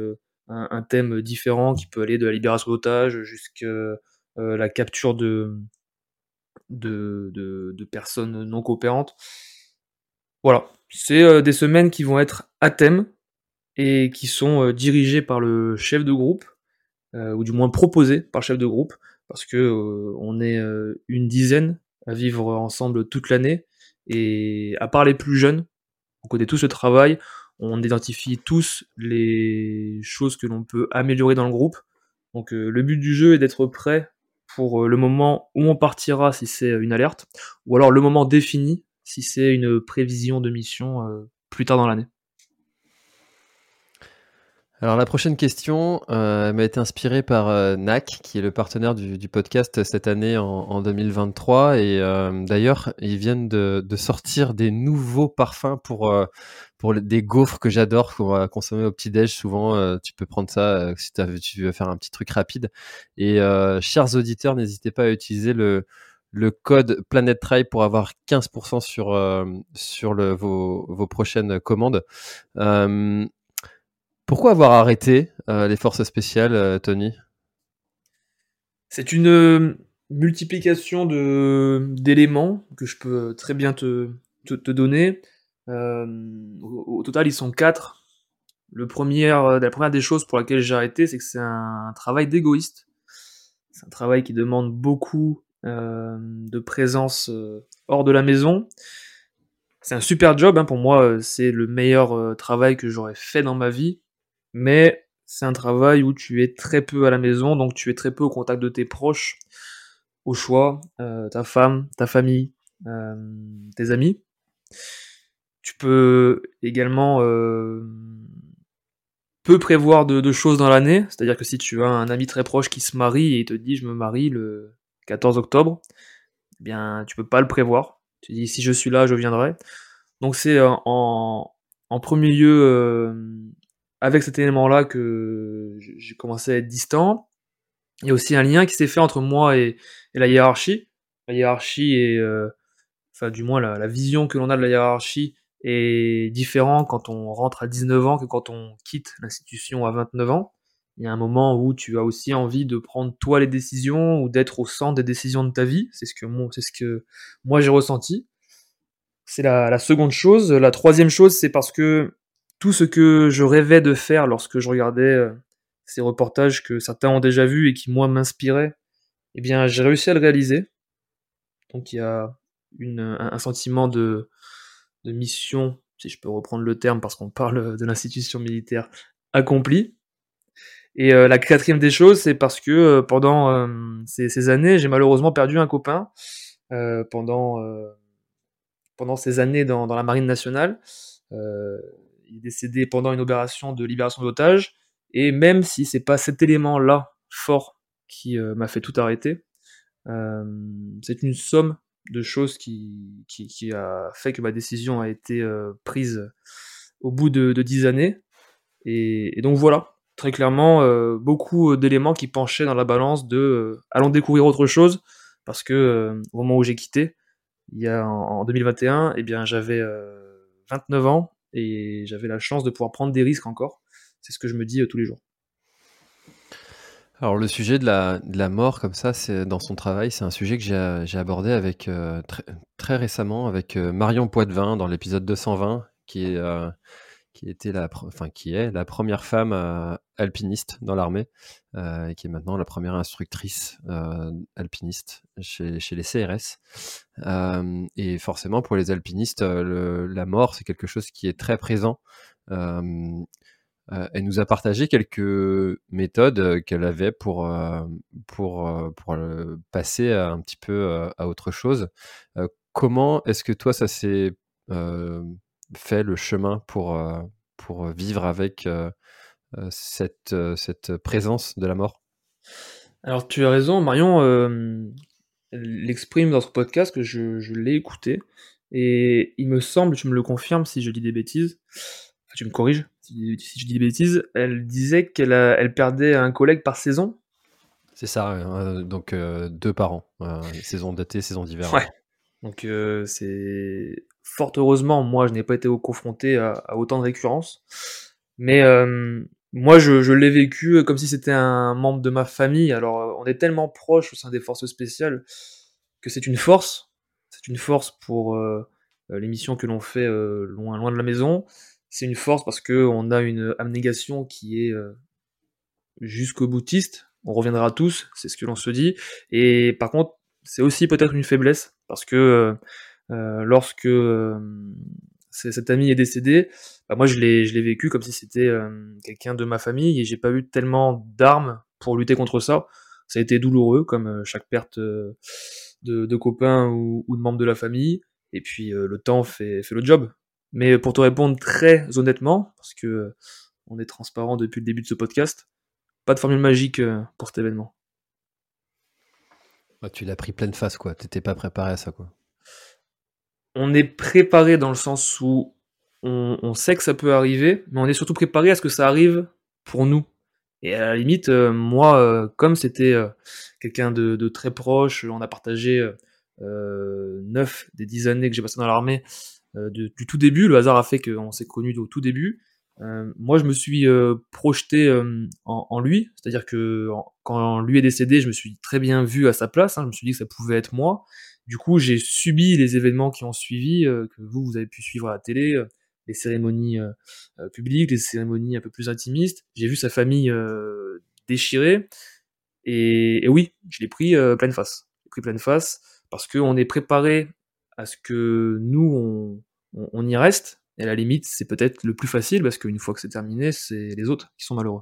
un, un thème différent qui peut aller de la libération d'otages jusqu'à euh, la capture de, de, de, de personnes non coopérantes. Voilà, c'est euh, des semaines qui vont être à thème et qui sont euh, dirigées par le chef de groupe, euh, ou du moins proposées par le chef de groupe, parce que euh, on est euh, une dizaine à vivre ensemble toute l'année, et à part les plus jeunes, on connaît tous le travail, on identifie tous les choses que l'on peut améliorer dans le groupe. Donc euh, le but du jeu est d'être prêt pour euh, le moment où on partira si c'est une alerte, ou alors le moment défini si c'est une prévision de mission euh, plus tard dans l'année. Alors la prochaine question euh, m'a été inspirée par euh, N A C, qui est le partenaire du, du podcast cette année en, en deux mille vingt-trois. Et euh, d'ailleurs, ils viennent de, de sortir des nouveaux parfums pour, euh, pour les- des gaufres que j'adore, qu'on va consommer au petit-déj. Souvent, euh, tu peux prendre ça euh, si t'as- tu veux faire un petit truc rapide. Et euh, chers auditeurs, n'hésitez pas à utiliser le, le code Planet Try pour avoir quinze pour cent sur, euh, sur le, vos, vos prochaines commandes. Euh, Pourquoi avoir arrêté euh, les forces spéciales, euh, Tony? C'est une euh, multiplication de d'éléments que je peux très bien te, te, te donner. Euh, au, au total, ils sont quatre. Le premier, euh, la première des choses pour laquelle j'ai arrêté, c'est que c'est un, un travail d'égoïste. C'est un travail qui demande beaucoup euh, de présence euh, hors de la maison. C'est un super job, hein, pour moi, euh, c'est le meilleur euh, travail que j'aurais fait dans ma vie, mais c'est un travail où tu es très peu à la maison, donc tu es très peu au contact de tes proches, au choix, euh, ta femme, ta famille, euh, tes amis. Tu peux également euh, peu prévoir de, de choses dans l'année, c'est-à-dire que si tu as un ami très proche qui se marie et il te dit je me marie le quatorze octobre, eh bien tu peux pas le prévoir. Tu dis si je suis là, je viendrai. Donc c'est euh, en, en premier lieu euh, avec cet élément-là que j'ai commencé à être distant. Il y a aussi un lien qui s'est fait entre moi et, et la hiérarchie. La hiérarchie est, euh, enfin du moins la, la vision que l'on a de la hiérarchie est différente quand on rentre à dix-neuf ans que quand on quitte l'institution à vingt-neuf ans. Il y a un moment où tu as aussi envie de prendre toi les décisions ou d'être au centre des décisions de ta vie. C'est ce que moi, c'est ce que moi j'ai ressenti. C'est la, la seconde chose. La troisième chose, c'est parce que tout ce que je rêvais de faire lorsque je regardais euh, ces reportages que certains ont déjà vus et qui moi m'inspiraient, eh bien j'ai réussi à le réaliser. Donc il y a une, un, un sentiment de, de mission, si je peux reprendre le terme parce qu'on parle de l'institution militaire, accomplie. Et euh, la quatrième des choses, c'est parce que euh, pendant euh, ces, ces années, j'ai malheureusement perdu un copain euh, pendant euh, pendant ces années dans, dans la marine nationale. Euh, il est décédé pendant une opération de libération d'otages. Et même si c'est pas cet élément-là fort qui euh, m'a fait tout arrêter, euh, c'est une somme de choses qui, qui, qui a fait que ma décision a été euh, prise au bout de, de dix années. Et, et donc voilà, très clairement, euh, beaucoup d'éléments qui penchaient dans la balance de euh, allons découvrir autre chose, parce que euh, au moment où j'ai quitté, il y a en, en deux mille vingt et un, eh bien j'avais euh, vingt-neuf ans et j'avais la chance de pouvoir prendre des risques encore. C'est ce que je me dis euh, tous les jours. Alors le sujet de la, de la mort comme ça, c'est dans son travail, c'est un sujet que j'ai j'ai abordé avec euh, très, très récemment avec euh, Marion Poitvin dans l'épisode deux cent vingt, qui est euh, qui était la, pre- enfin qui est la première femme euh, alpiniste dans l'armée, euh, et qui est maintenant la première instructrice euh, alpiniste chez, chez les C R S. Euh, et forcément, pour les alpinistes, euh, le- la mort, c'est quelque chose qui est très présent. Euh, euh, elle nous a partagé quelques méthodes euh, qu'elle avait pour, euh, pour, euh, pour euh, passer à un petit peu euh, à autre chose. Euh, comment est-ce que toi, ça s'est euh, fait le chemin pour, euh, pour vivre avec euh, euh, cette, euh, cette présence de la mort? Alors tu as raison, Marion euh, l'exprime dans son podcast que je, je l'ai écouté. Et il me semble, tu me le confirmes si je dis des bêtises, enfin, tu me corriges si, si je dis des bêtises, elle disait qu'elle a- elle perdait un collègue par saison. C'est ça, euh, donc euh, deux par an, euh, saison d'été, saison d'hiver. Ouais. Donc euh, c'est fort heureusement, moi je n'ai pas été confronté à, à autant de récurrence. Mais euh, Moi, je, je l'ai vécu comme si c'était un membre de ma famille. Alors, euh, on est tellement proches au sein des forces spéciales que c'est une force. C'est une force pour euh, euh, les missions que l'on fait euh, loin, loin de la maison. C'est une force parce que on a une abnégation qui est euh, jusqu'au boutiste. On reviendra tous, c'est ce que l'on se dit. Et par contre, c'est aussi peut-être une faiblesse parce que euh, euh, lorsque euh, c'est- cet ami est décédé, bah, moi je l'ai je l'ai vécu comme si c'était euh, quelqu'un de ma famille et j'ai pas eu tellement d'armes pour lutter contre ça. Ça a été douloureux comme euh, chaque perte euh, de, de copains ou, ou de membres de la famille. Et puis euh, le temps fait, fait le job. Mais pour te répondre très honnêtement, parce que euh, on est transparent depuis le début de ce podcast, pas de formule magique euh, pour cet événement. Ouais, tu l'as pris pleine face, quoi. T'étais pas préparé à ça, quoi. On est préparé dans le sens où on, on sait que ça peut arriver, mais on est surtout préparé à ce que ça arrive pour nous. Et à la limite, euh, moi, euh, comme c'était euh, quelqu'un de, de très proche, on a partagé euh, neuf des dix années que j'ai passé dans l'armée, euh, de- du tout début, le hasard a fait qu'on s'est connus au tout début. Euh, moi, je me suis euh, projeté euh, en, en lui, c'est-à-dire que en- quand lui est décédé, je me suis très bien vu à sa place, hein, je me suis dit que ça pouvait être moi. Du coup, j'ai subi les événements qui ont suivi, euh, que vous, vous avez pu suivre à la télé, euh, les cérémonies euh, euh, publiques, les cérémonies un peu plus intimistes. J'ai vu sa famille euh, déchirée, et, et oui, je l'ai pris euh, pleine face. J'ai pris pleine face parce qu'on est préparé à ce que nous, on, on, on y reste. Et à la limite, c'est peut-être le plus facile parce qu'une fois que c'est terminé, c'est les autres qui sont malheureux.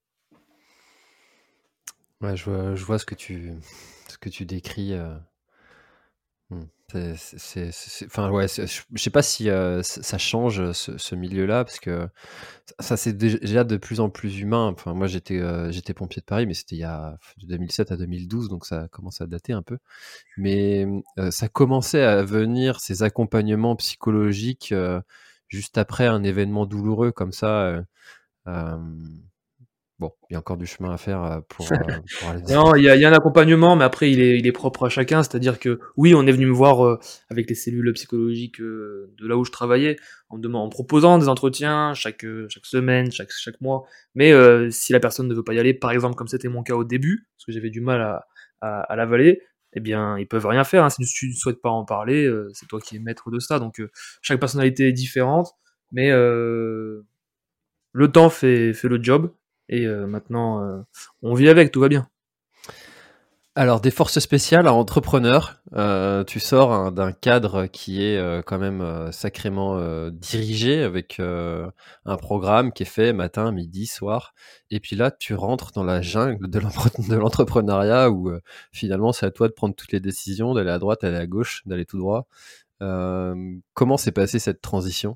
Ouais, je vois, je vois ce que tu, ce que tu décris. euh. Hmm. C'est, c'est, c'est- c'est- enfin, ouais, c'est- je je sais pas si euh, ça ça change ce, ce milieu-là, parce que ça, ça, c'est déjà de plus en plus humain. Enfin, moi, j'étais euh, j'étais pompier de Paris, mais c'était il y a de deux mille sept à deux mille douze, donc ça commence à dater un peu. Mais euh, ça commençait à venir, ces accompagnements psychologiques, euh, juste après un événement douloureux comme ça. euh, euh, bon, il y a encore du chemin à faire euh, pour, euh, pour aller. Non, il y a, il y a un accompagnement, mais après, il est, il est propre à chacun. C'est-à-dire que, oui, on est venu me voir euh, avec les cellules psychologiques euh, de là où je travaillais, en, me demandant- en proposant des entretiens chaque, euh, chaque semaine, chaque, chaque mois. Mais euh, si la personne ne veut pas y aller, par exemple, comme c'était mon cas au début, parce que j'avais du mal à, à, à l'avaler, eh bien, ils peuvent rien faire, hein. Si tu ne souhaites pas en parler, euh, c'est toi qui es maître de ça. Donc, euh, chaque personnalité est différente, mais euh, le temps fait, fait le job. Et euh, maintenant, euh, on vit avec, tout va bien. Alors, des forces spéciales à entrepreneur, euh, tu sors hein, d'un cadre qui est euh, quand même euh, sacrément euh, dirigé, avec euh, un programme qui est fait matin, midi, soir. Et puis là, tu rentres dans la jungle de l'empre- de l'entrepreneuriat où euh, finalement, c'est à toi de prendre toutes les décisions, d'aller à droite, d'aller à gauche, d'aller tout droit. Euh, comment s'est passée cette transition?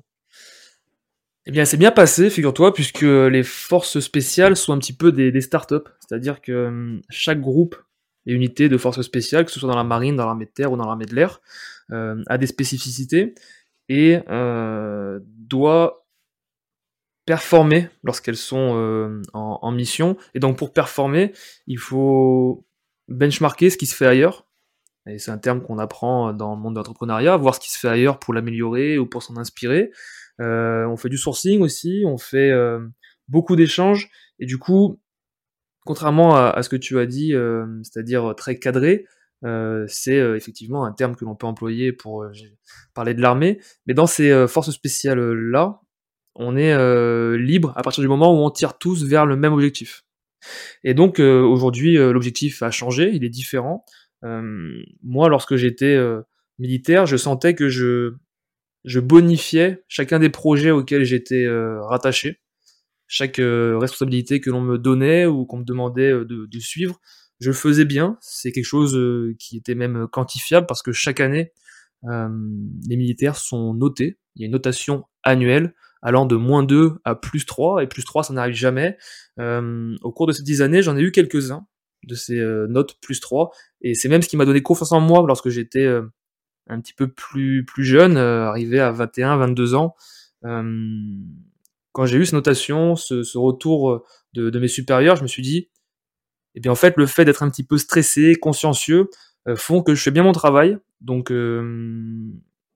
Eh bien, c'est bien passé, figure-toi, puisque les forces spéciales sont un petit peu des, des startups. C'est-à-dire que hum, chaque groupe et unité de forces spéciales, que ce soit dans la marine, dans l'armée de terre ou dans l'armée de l'air, euh, a des spécificités et euh, doit performer lorsqu'elles sont euh, en, en mission. Et donc, pour performer, il faut benchmarker ce qui se fait ailleurs. Et c'est un terme qu'on apprend dans le monde de l'entrepreneuriat, voir ce qui se fait ailleurs pour l'améliorer ou pour s'en inspirer. Euh, on fait du sourcing aussi, on fait euh, beaucoup d'échanges, et du coup, contrairement à, à ce que tu as dit, euh, c'est-à-dire très cadré, euh, c'est euh, effectivement un terme que l'on peut employer pour euh, parler de l'armée, mais dans ces euh, forces spéciales-là, on est euh, libre à partir du moment où on tire tous vers le même objectif. Et donc euh, aujourd'hui, euh, l'objectif a changé, il est différent. Euh, moi, lorsque j'étais euh, militaire, je sentais que je, je bonifiais chacun des projets auxquels j'étais euh, rattaché, chaque euh, responsabilité que l'on me donnait ou qu'on me demandait euh, de, de suivre, je le faisais bien. C'est quelque chose euh, qui était même quantifiable parce que chaque année, euh, les militaires sont notés. Il y a une notation annuelle allant de moins deux à plus trois, et plus trois, ça n'arrive jamais. Euh, au cours de ces dix années, j'en ai eu quelques-uns de ces euh, notes plus trois, et c'est même ce qui m'a donné confiance en moi lorsque j'étais euh, un petit peu plus, plus jeune, euh, arrivé à vingt et un, vingt-deux ans. Euh, quand j'ai eu cette notation, ce, ce retour de, de mes supérieurs, je me suis dit, eh bien en fait, le fait d'être un petit peu stressé, consciencieux, euh, font que je fais bien mon travail. Donc, euh,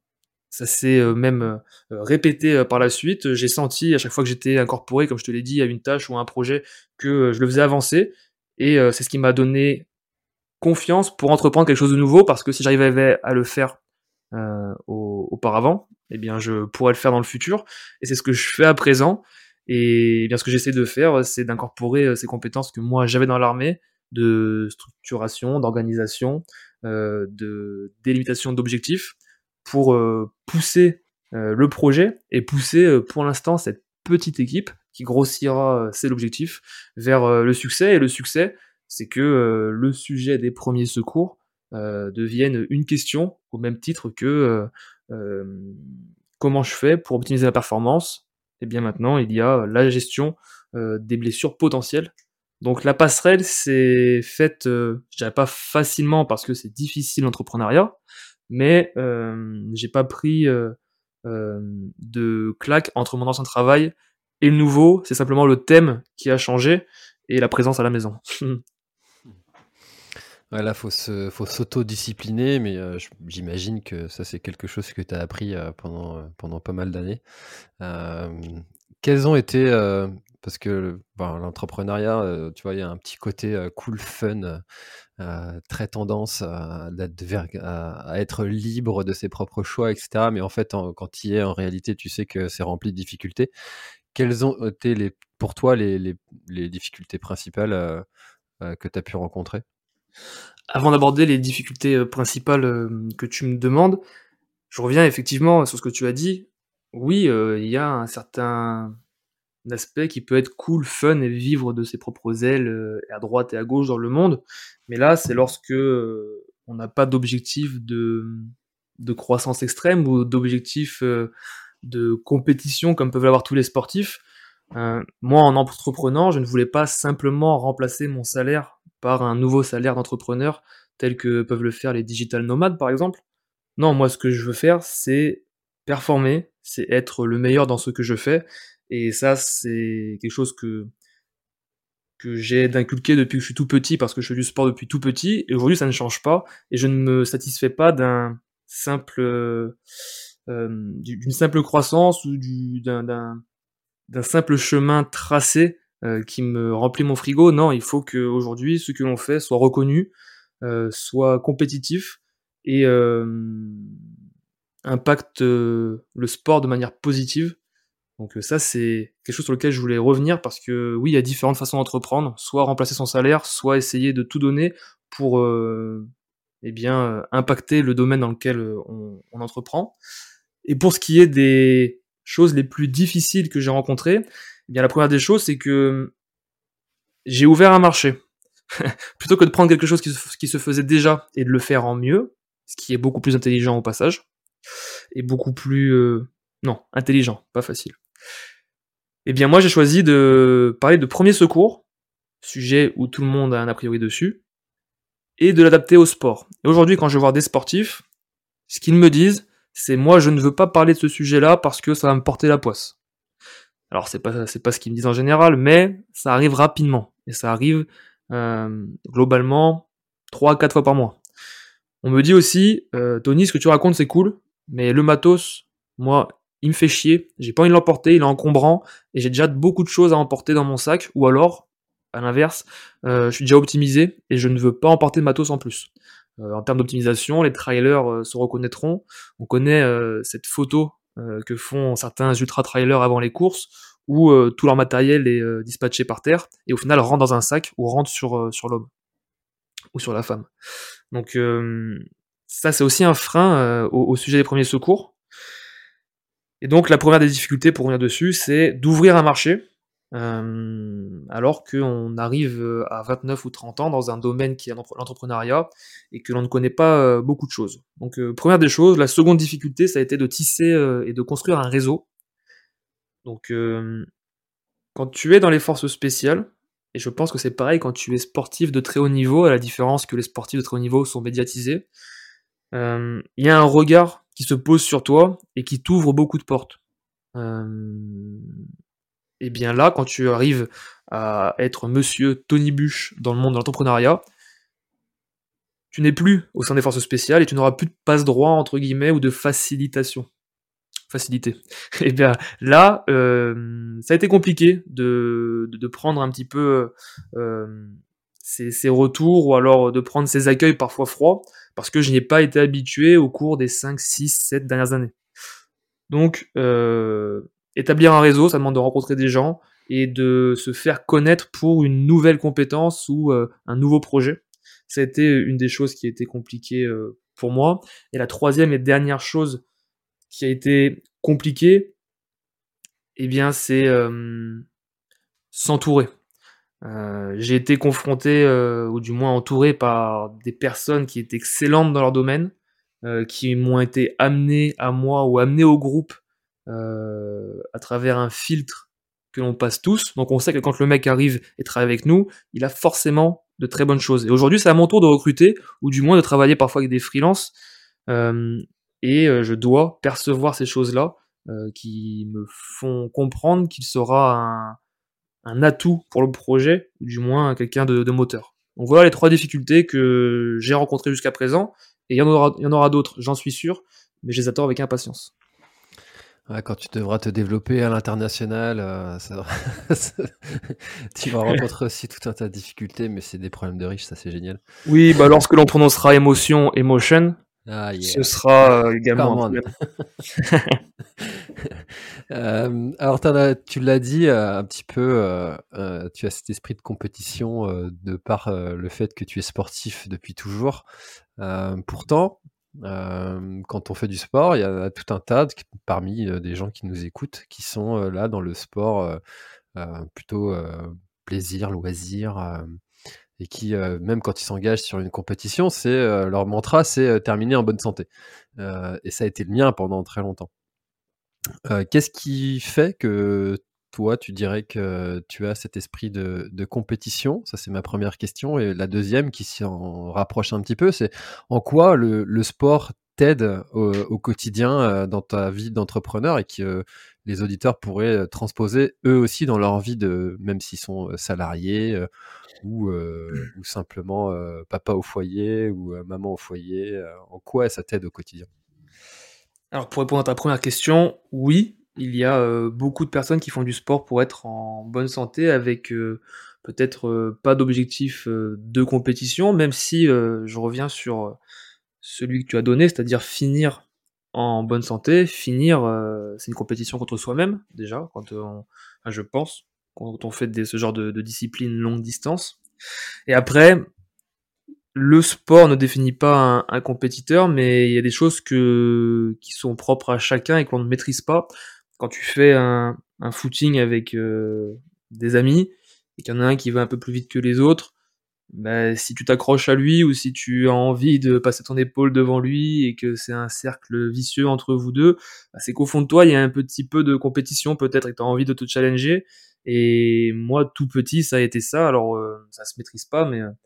ça s'est euh, même euh, répété euh, par la suite. J'ai senti à chaque fois que j'étais incorporé, comme je te l'ai dit, à une tâche ou à un projet, que euh, je le faisais avancer. Et euh, c'est ce qui m'a donné confiance pour entreprendre quelque chose de nouveau, parce que si j'arrivais à le faire euh, au- auparavant, eh bien je pourrais le faire dans le futur. Et c'est ce que je fais à présent. Et eh bien ce que j'essaie de faire, c'est d'incorporer euh, ces compétences que moi j'avais dans l'armée, de structuration, d'organisation, euh, de délimitation d'objectifs, pour euh, pousser euh, le projet et pousser euh, pour l'instant cette petite équipe qui grossira, euh, c'est l'objectif, vers euh, le succès. Et le succès, c'est que euh, le sujet des premiers secours euh, devienne une question au même titre que euh, euh, comment je fais pour optimiser la performance. Et bien maintenant, il y a la gestion euh, des blessures potentielles. Donc la passerelle, c'est faite, euh, je dirais pas facilement parce que c'est difficile l'entrepreneuriat, mais euh, j'ai pas pris euh, euh, de claque entre mon ancien travail et le nouveau. C'est simplement le thème qui a changé et la présence à la maison. Ouais, là, faut se, faut s'auto-discipliner, mais euh, j- j'imagine que ça, c'est quelque chose que tu as appris euh, pendant, euh, pendant pas mal d'années. Euh, Quels ont été, euh, parce que ben, l'entrepreneuriat, euh, tu vois, il y a un petit côté euh, cool, fun, euh, très tendance à, d'être vers- à- à être libre de ses propres choix, et cetera. Mais en fait, en- quand tu y es, en réalité, tu sais que c'est rempli de difficultés. Quelles ont été les, pour toi les, les, les difficultés principales euh, euh, que tu as pu rencontrer? Avant d'aborder les difficultés euh, principales euh, que tu me demandes, je reviens effectivement sur ce que tu as dit. Oui, euh, il y a un certain aspect qui peut être cool, fun et vivre de ses propres ailes euh, à droite et à gauche dans le monde. Mais là, c'est lorsque euh, on n'a pas d'objectif de, de croissance extrême ou d'objectif euh, de compétition comme peuvent l'avoir tous les sportifs. Euh, moi, en entreprenant, je ne voulais pas simplement remplacer mon salaire par un nouveau salaire d'entrepreneur tel que peuvent le faire les digital nomades, par exemple. Non, moi, ce que je veux faire, c'est performer, c'est être le meilleur dans ce que je fais. Et ça, c'est quelque chose que, que j'ai d'inculquer depuis que je suis tout petit, parce que je fais du sport depuis tout petit. Et aujourd'hui, ça ne change pas. Et je ne me satisfais pas d'un simple, euh, d'une simple croissance ou du, d'un, d'un, d'un simple chemin tracé euh, qui me remplit mon frigo. Non, il faut que aujourd'hui, ce que l'on fait soit reconnu, euh, soit compétitif et euh, impacte euh, le sport de manière positive. Donc euh, ça, c'est quelque chose sur lequel je voulais revenir, parce que oui, il y a différentes façons d'entreprendre, soit remplacer son salaire, soit essayer de tout donner pour euh, eh bien, euh, impacter le domaine dans lequel euh, on, on entreprend. Et pour ce qui est des choses les plus difficiles que j'ai rencontrées, eh bien la première des choses, c'est que j'ai ouvert un marché. Plutôt que de prendre quelque chose qui se, qui se faisait déjà et de le faire en mieux, ce qui est beaucoup plus intelligent au passage, et beaucoup plus... euh, non, intelligent, pas facile. Eh bien moi j'ai choisi de parler de premier secours, sujet où tout le monde a un a priori dessus, et de l'adapter au sport. Et aujourd'hui, quand je vais voir des sportifs, ce qu'ils me disent, c'est moi je ne veux pas parler de ce sujet-là parce que ça va me porter la poisse. Alors c'est pas c'est pas ce qu'ils me disent en général, mais ça arrive rapidement et ça arrive euh, globalement trois à quatre fois par mois. On me dit aussi, euh, Tony, ce que tu racontes c'est cool, mais le matos, moi, il me fait chier. J'ai pas envie de l'emporter, il est encombrant et j'ai déjà beaucoup de choses à emporter dans mon sac. Ou alors, à l'inverse, euh, je suis déjà optimisé et je ne veux pas emporter de matos en plus. Euh, en termes d'optimisation, les trailers euh, se reconnaîtront. On connaît euh, cette photo euh, que font certains ultra-trailers avant les courses, où euh, tout leur matériel est euh, dispatché par terre, et au final rentre dans un sac ou rentre sur, euh, sur l'homme ou sur la femme. Donc euh, ça c'est aussi un frein euh, au, au sujet des premiers secours. Et donc la première des difficultés, pour revenir dessus, c'est d'ouvrir un marché, euh, alors qu'on arrive à vingt-neuf ou trente ans dans un domaine qui est l'entrepreneuriat et que l'on ne connaît pas euh, beaucoup de choses. Donc euh, première des choses. La seconde difficulté, ça a été de tisser euh, et de construire un réseau. Donc euh, quand tu es dans les forces spéciales, et je pense que c'est pareil quand tu es sportif de très haut niveau, à la différence que les sportifs de très haut niveau sont médiatisés, euh, il y a un regard qui se pose sur toi et qui t'ouvre beaucoup de portes. Euh, et bien là, quand tu arrives à être monsieur Tony Bush dans le monde de l'entrepreneuriat, tu n'es plus au sein des forces spéciales et tu n'auras plus de passe-droit, entre guillemets, ou de facilitation. facilité. Et bien là, euh, ça a été compliqué de, de, de prendre un petit peu euh, ces, ces retours ou alors de prendre ces accueils parfois froids parce que je n'y ai pas été habitué au cours des cinq, six, sept dernières années. Donc, euh, établir un réseau, ça demande de rencontrer des gens et de se faire connaître pour une nouvelle compétence ou euh, un nouveau projet. Ça a été une des choses qui a été compliquée euh, pour moi. Et la troisième et dernière chose qui a été compliquée, eh bien, c'est euh, s'entourer. Euh, j'ai été confronté, euh, ou du moins entouré par des personnes qui étaient excellentes dans leur domaine, euh, qui m'ont été amenées à moi ou amenées au groupe euh, à travers un filtre que l'on passe tous. Donc on sait que quand le mec arrive et travaille avec nous, il a forcément de très bonnes choses. Et aujourd'hui, c'est à mon tour de recruter, ou du moins de travailler parfois avec des freelances, euh, et euh, je dois percevoir ces choses-là euh, qui me font comprendre qu'il sera un un atout pour le projet, ou du moins quelqu'un de, de moteur. Donc voilà les trois difficultés que j'ai rencontrées jusqu'à présent, et il y en aura, il y en aura d'autres, j'en suis sûr, mais je les attends avec impatience. Ouais, quand tu devras te développer à l'international, euh, ça- ça- tu vas rencontrer aussi tout un tas de difficultés, mais c'est des problèmes de riches, ça c'est génial. Oui, bah lorsque l'on prononcera émotion, emotion, Ah ce yeah, sera euh, également come un on. problème. Euh, alors, t'en as- tu l'as dit euh, un petit peu, euh, euh, tu as cet esprit de compétition euh, de par euh, le fait que tu es sportif depuis toujours. Euh, pourtant, euh, quand on fait du sport, il y a tout un tas de- parmi euh, des gens qui nous écoutent qui sont euh, là dans le sport euh, euh, plutôt euh, plaisir, loisir, euh, et qui, euh, même quand ils s'engagent sur une compétition, c'est euh, leur mantra, c'est euh, terminer en bonne santé. Euh, et ça a été le mien pendant très longtemps. Euh, qu'est-ce qui fait que toi, tu dirais que tu as cet esprit de, de compétition? Ça, c'est ma première question. Et la deuxième, qui s'en rapproche un petit peu, c'est en quoi le, le sport t'aide au, au quotidien euh, dans ta vie d'entrepreneur et que euh, les auditeurs pourraient euh, transposer eux aussi dans leur vie, de, même s'ils sont euh, salariés euh, ou, euh, ou simplement euh, papa au foyer ou euh, maman au foyer. Euh, en quoi ça t'aide au quotidien? Alors pour répondre à ta première question, oui, il y a euh, beaucoup de personnes qui font du sport pour être en bonne santé avec euh, peut-être euh, pas d'objectif euh, de compétition, même si euh, je reviens sur euh, celui que tu as donné, c'est-à-dire finir en bonne santé. Finir, euh, c'est une compétition contre soi-même, déjà, quand on, enfin, je pense, quand on fait des, ce genre de, de discipline longue distance. Et après, le sport ne définit pas un, un compétiteur, mais il y a des choses que, qui sont propres à chacun et qu'on ne maîtrise pas. Quand tu fais un, un footing avec euh, des amis, et qu'il y en a un qui va un peu plus vite que les autres, bah, si tu t'accroches à lui ou si tu as envie de passer ton épaule devant lui et que c'est un cercle vicieux entre vous deux, bah, c'est qu'au fond de toi, il y a un petit peu de compétition peut-être et que tu as envie de te challenger. Et moi, tout petit, ça a été ça. Alors, euh, ça se maîtrise pas, mais euh,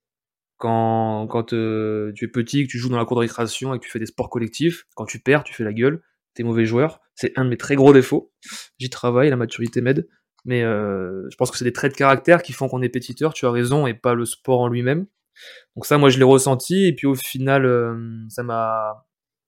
quand, quand euh, tu es petit, que tu joues dans la cour de récréation et que tu fais des sports collectifs, quand tu perds, tu fais la gueule, t'es mauvais joueur. C'est un de mes très gros défauts. J'y travaille, la maturité m'aide. Mais euh, je pense que c'est des traits de caractère qui font qu'on est pétiteur, tu as raison, et pas le sport en lui-même. Donc ça, moi, je l'ai ressenti, et puis au final, euh, ça m'a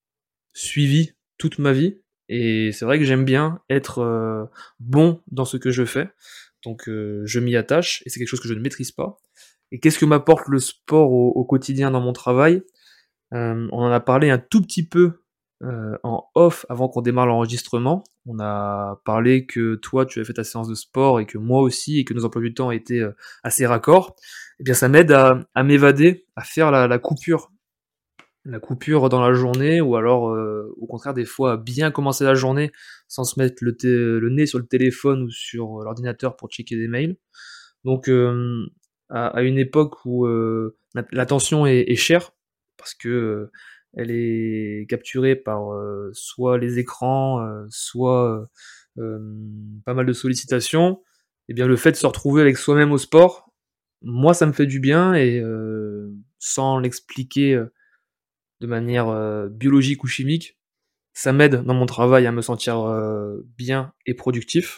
suivi toute ma vie. Et c'est vrai que j'aime bien être euh, bon dans ce que je fais. Donc euh, je m'y attache, et c'est quelque chose que je ne maîtrise pas. Et qu'est-ce que m'apporte le sport au, au quotidien dans mon travail? Euh, On en a parlé un tout petit peu euh, en off avant qu'on démarre l'enregistrement. On a parlé que toi, tu avais fait ta séance de sport et que moi aussi, et que nos emplois du temps étaient euh, assez raccords. Eh bien, ça m'aide à, à m'évader, à faire la, la coupure. La coupure dans la journée, ou alors, euh, au contraire, des fois, à bien commencer la journée sans se mettre le, té- le nez sur le téléphone ou sur l'ordinateur pour checker des mails. Donc, euh, à, à une époque où euh, l'attention est, est chère, parce que euh, elle est capturée par euh, soit les écrans, euh, soit euh, pas mal de sollicitations, et bien le fait de se retrouver avec soi-même au sport, moi ça me fait du bien, et euh, sans l'expliquer euh, de manière euh, biologique ou chimique, ça m'aide dans mon travail à me sentir euh, bien et productif.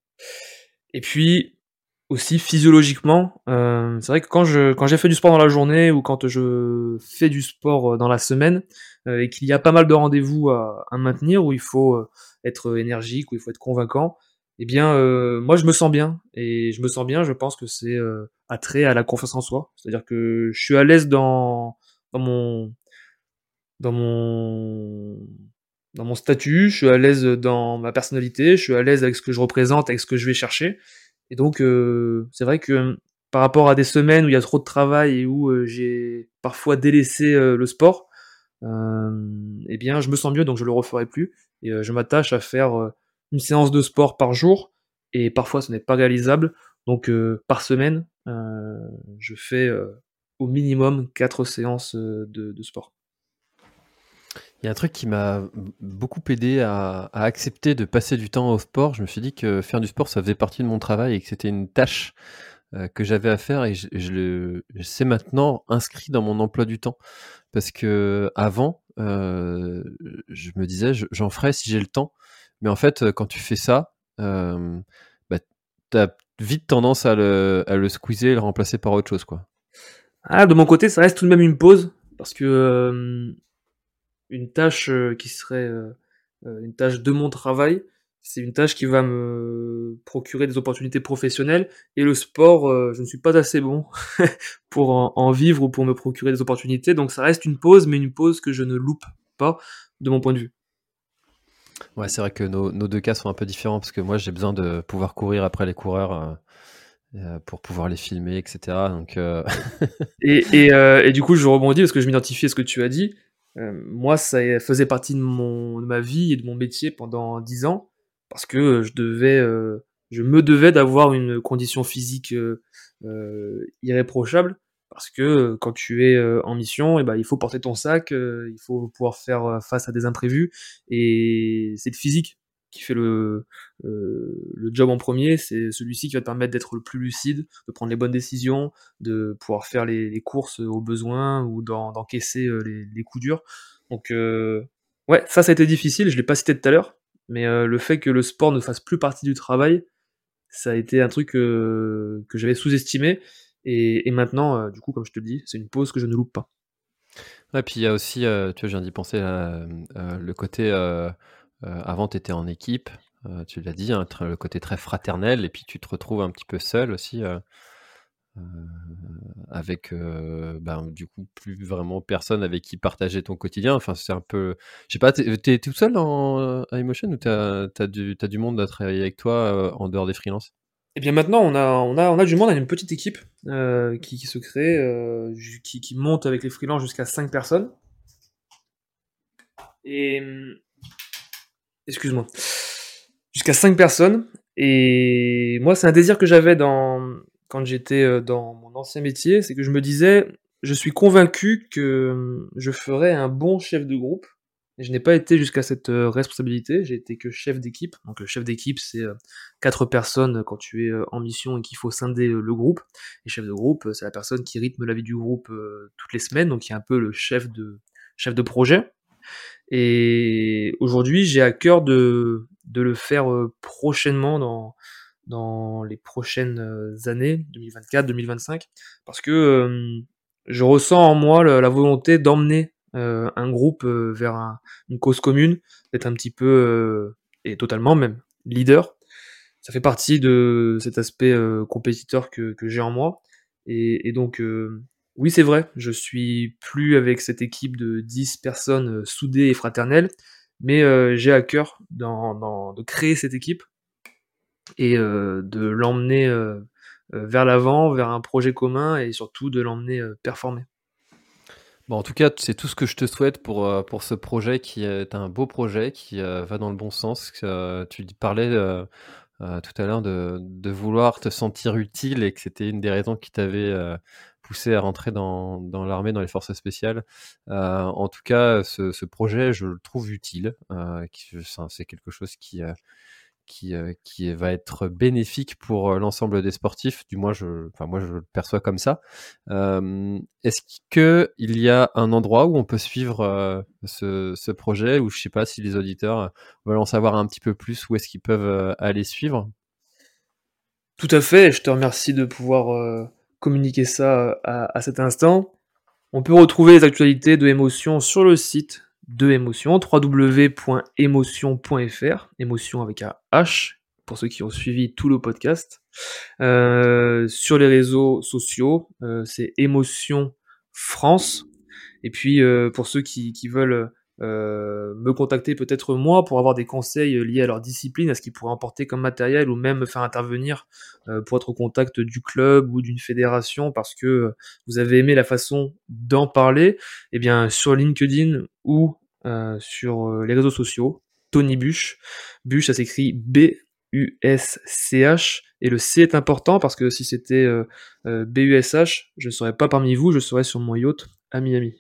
Et puis, aussi physiologiquement, euh, c'est vrai que quand je quand j'ai fait du sport dans la journée ou quand je fais du sport euh, dans la semaine, euh, et qu'il y a pas mal de rendez-vous à, à maintenir, où il faut euh, être énergique, où il faut être convaincant, eh bien, euh, moi, je me sens bien. Et je me sens bien, je pense que c'est euh, attrait à la confiance en soi. C'est-à-dire que je suis à l'aise dans, dans mon, dans mon, dans mon statut, je suis à l'aise dans ma personnalité, je suis à l'aise avec ce que je représente, avec ce que je vais chercher. Et donc, euh, c'est vrai que par rapport à des semaines où il y a trop de travail et où euh, j'ai parfois délaissé euh, le sport, euh, eh bien, je me sens mieux, donc je le referai plus. Et euh, je m'attache à faire euh, une séance de sport par jour, et parfois ce n'est pas réalisable. Donc, euh, par semaine, euh, je fais euh, au minimum quatre séances euh, de, de sport. Il y a un truc qui m'a beaucoup aidé à, à accepter de passer du temps au sport. Je me suis dit que faire du sport, ça faisait partie de mon travail et que c'était une tâche euh, que j'avais à faire et je, je le je sais maintenant inscrit dans mon emploi du temps. Parce que avant, euh, je me disais, je- j'en ferai si j'ai le temps. Mais en fait, quand tu fais ça, euh, bah, t'as vite tendance à le, à le squeezer et le remplacer par autre chose, quoi. Ah, de mon côté, ça reste tout de même une pause, parce que euh, une tâche euh, qui serait euh, euh, une tâche de mon travail, c'est une tâche qui va me procurer des opportunités professionnelles, et le sport, euh, je ne suis pas assez bon pour en, en vivre ou pour me procurer des opportunités, donc ça reste une pause, mais une pause que je ne loupe pas de mon point de vue. Ouais, c'est vrai que nos, nos deux cas sont un peu différents parce que moi, j'ai besoin de pouvoir courir après les coureurs euh, euh, pour pouvoir les filmer, et cetera. Donc, euh, Et, et, euh, et du coup, je rebondis parce que je m'identifie à ce que tu as dit. Euh, moi, ça faisait partie de, mon, de ma vie et de mon métier pendant dix ans, parce que euh, je devais, euh, je me devais d'avoir une condition physique euh, euh, irréprochable, parce que euh, quand tu es euh, en mission, eh ben, il faut porter ton sac, euh, il faut pouvoir faire euh, face à des imprévus, et c'est le physique qui fait le, le, le job en premier. C'est celui-ci qui va te permettre d'être le plus lucide, de prendre les bonnes décisions, de pouvoir faire les, les courses au besoin, ou d'en- d'encaisser euh, les, les coups durs. Donc, euh, ouais, ça, ça a été difficile, je l'ai pas cité tout à l'heure, mais euh, le fait que le sport ne fasse plus partie du travail, ça a été un truc euh, que j'avais sous-estimé. Et, et maintenant, euh, du coup, comme je te le dis, c'est une pause que je ne loupe pas. ouais, puis il y a aussi, euh, tu vois, je viens d'y penser, euh, euh, le côté, euh, euh, avant, tu étais en équipe, euh, tu l'as dit, hein, tr- le côté très fraternel, et puis tu te retrouves un petit peu seul aussi, euh, euh, avec, euh, ben, du coup, plus vraiment personne avec qui partager ton quotidien. Enfin, c'est un peu, je sais pas, t'es, t'es tout seul en, euh, à Emotion ou t'as, t'as du, t'as du monde à travailler avec toi euh, en dehors des freelances? Et bien maintenant, on a, on a, on a du monde, on a une petite équipe euh, qui, qui se crée, euh, ju- qui, qui monte avec les freelances jusqu'à cinq personnes. Et, hum, excuse-moi, jusqu'à cinq personnes. Et moi, c'est un désir que j'avais dans, quand j'étais euh, dans mon ancien métier, c'est que je me disais, je suis convaincu que hum, je ferais un bon chef de groupe. Et je n'ai pas été jusqu'à cette euh, responsabilité, j'ai été que chef d'équipe. Donc le chef d'équipe, c'est euh, quatre personnes quand tu es euh, en mission et qu'il faut scinder euh, le groupe. Et chef de groupe, euh, c'est la personne qui rythme la vie du groupe euh, toutes les semaines, donc il y a un peu le chef de, chef de projet. Et aujourd'hui, j'ai à cœur de, de le faire euh, prochainement dans, dans les prochaines euh, années, deux mille vingt-quatre, deux mille vingt-cinq, parce que euh, je ressens en moi la, la volonté d'emmener euh, un groupe euh, vers un- une cause commune, d'être un petit peu, euh, et totalement même, leader. Ça fait partie de cet aspect euh, compétiteur que, que j'ai en moi. Et, et donc, euh, oui, c'est vrai, je suis plus avec cette équipe de dix personnes euh, soudées et fraternelles, mais euh, j'ai à cœur d'en- d'en- de créer cette équipe et euh, de l'emmener euh, euh, vers l'avant, vers un projet commun, et surtout de l'emmener euh, performer. Bon, en tout cas, c'est tout ce que je te souhaite pour, euh, pour ce projet qui est un beau projet qui euh, va dans le bon sens. Euh, tu parlais euh, euh, tout à l'heure de, de vouloir te sentir utile et que c'était une des raisons qui t'avait euh, poussé à rentrer dans, dans l'armée, dans les forces spéciales. Euh, en tout cas, ce, ce projet, je le trouve utile. Euh, qui- c'est c'est quelque chose qui, euh, qui, euh, qui va être bénéfique pour euh, l'ensemble des sportifs. Du moins, je, enfin, moi, je le perçois comme ça. Euh, est-ce que il y a un endroit où on peut suivre euh, ce, ce projet, ou je sais pas si les auditeurs veulent en savoir un petit peu plus, où est-ce qu'ils peuvent euh, aller suivre? Tout à fait, et je te remercie de pouvoir euh, communiquer ça à, à cet instant. On peut retrouver les actualités de Émotion sur le site de émotion, w w w point émotion point f r, émotion avec un H, pour ceux qui ont suivi tout le podcast. Euh, sur les réseaux sociaux, euh, c'est Émotion France. Et puis, euh, pour ceux qui, qui veulent euh, me contacter peut-être moi pour avoir des conseils liés à leur discipline, à ce qu'ils pourraient emporter comme matériel, ou même me faire intervenir euh, pour être au contact du club ou d'une fédération parce que vous avez aimé la façon d'en parler, eh bien, sur LinkedIn ou euh, sur les réseaux sociaux, Tony Busch. Busch, ça s'écrit B U S C H, et le C est important parce que si c'était euh, euh, B U S H, je ne serais pas parmi vous, je serais sur mon yacht à Miami.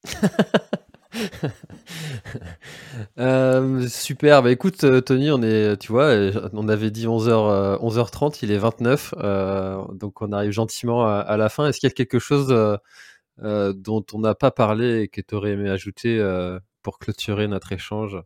euh, super, bah écoute Tony, on est, tu vois, on avait dit onze heures, onze heures trente, il est vingt-neuf, euh, donc on arrive gentiment à, à la fin. Est-ce qu'il y a quelque chose euh, euh, dont on n'a pas parlé et que tu aurais aimé ajouter euh, pour clôturer notre échange?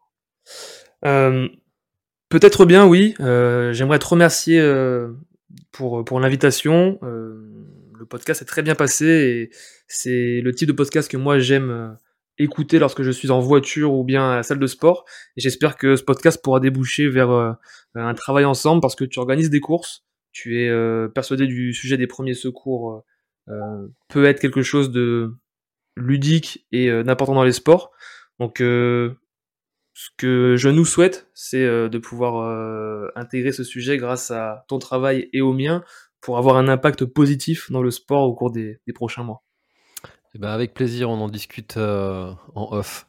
euh, Peut-être bien, oui. Euh, j'aimerais te remercier euh, pour, pour l'invitation. Euh, le podcast est très bien passé et c'est le type de podcast que moi j'aime euh, écouter lorsque je suis en voiture ou bien à la salle de sport. Et j'espère que ce podcast pourra déboucher vers euh, un travail ensemble parce que tu organises des courses. Tu es euh, persuadé du sujet des premiers secours euh, peut être quelque chose de ludique et euh, d'important dans les sports. Donc euh, ce que je nous souhaite, c'est euh, de pouvoir euh, intégrer ce sujet grâce à ton travail et au mien pour avoir un impact positif dans le sport au cours des, des prochains mois. Eh ben avec plaisir, on en discute euh, en off.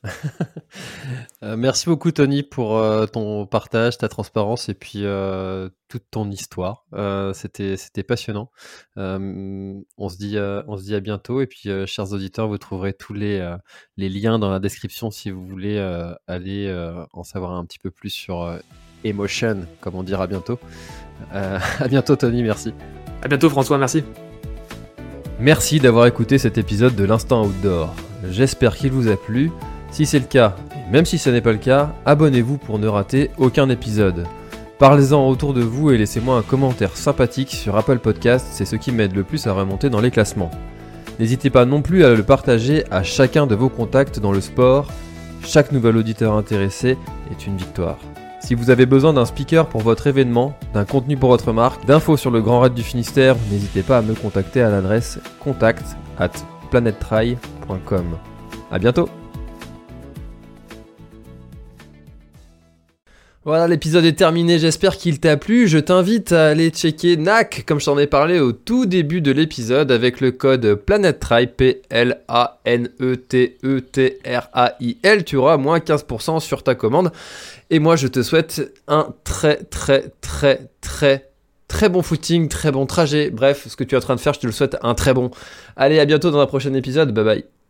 euh, merci beaucoup Tony pour euh, ton partage, ta transparence et puis euh, toute ton histoire. Euh, c'était c'était passionnant. Euh, on se dit euh, on se dit à bientôt et puis euh, chers auditeurs, vous trouverez tous les euh, les liens dans la description si vous voulez euh, aller euh, en savoir un petit peu plus sur euh, Emotion, comme on dira bientôt. Euh, à bientôt Tony, merci. À bientôt François, merci. Merci d'avoir écouté cet épisode de l'Instant Outdoor. J'espère qu'il vous a plu. Si c'est le cas, et même si ce n'est pas le cas, abonnez-vous pour ne rater aucun épisode. Parlez-en autour de vous et laissez-moi un commentaire sympathique sur Apple Podcast, c'est ce qui m'aide le plus à remonter dans les classements. N'hésitez pas non plus à le partager à chacun de vos contacts dans le sport. Chaque nouvel auditeur intéressé est une victoire. Si vous avez besoin d'un speaker pour votre événement, d'un contenu pour votre marque, d'infos sur le Grand Raid du Finistère, n'hésitez pas à me contacter à l'adresse contact arobase planettrail point com. À bientôt. Voilà, l'épisode est terminé, j'espère qu'il t'a plu. Je t'invite à aller checker N A C, comme je t'en ai parlé au tout début de l'épisode, avec le code PlanetTrail, P L A N E T E T R A I L. Tu auras moins quinze pour cent sur ta commande. Et moi, je te souhaite un très, très, très, très, très bon footing, très bon trajet. Bref, ce que tu es en train de faire, je te le souhaite un très bon. Allez, à bientôt dans un prochain épisode. Bye bye.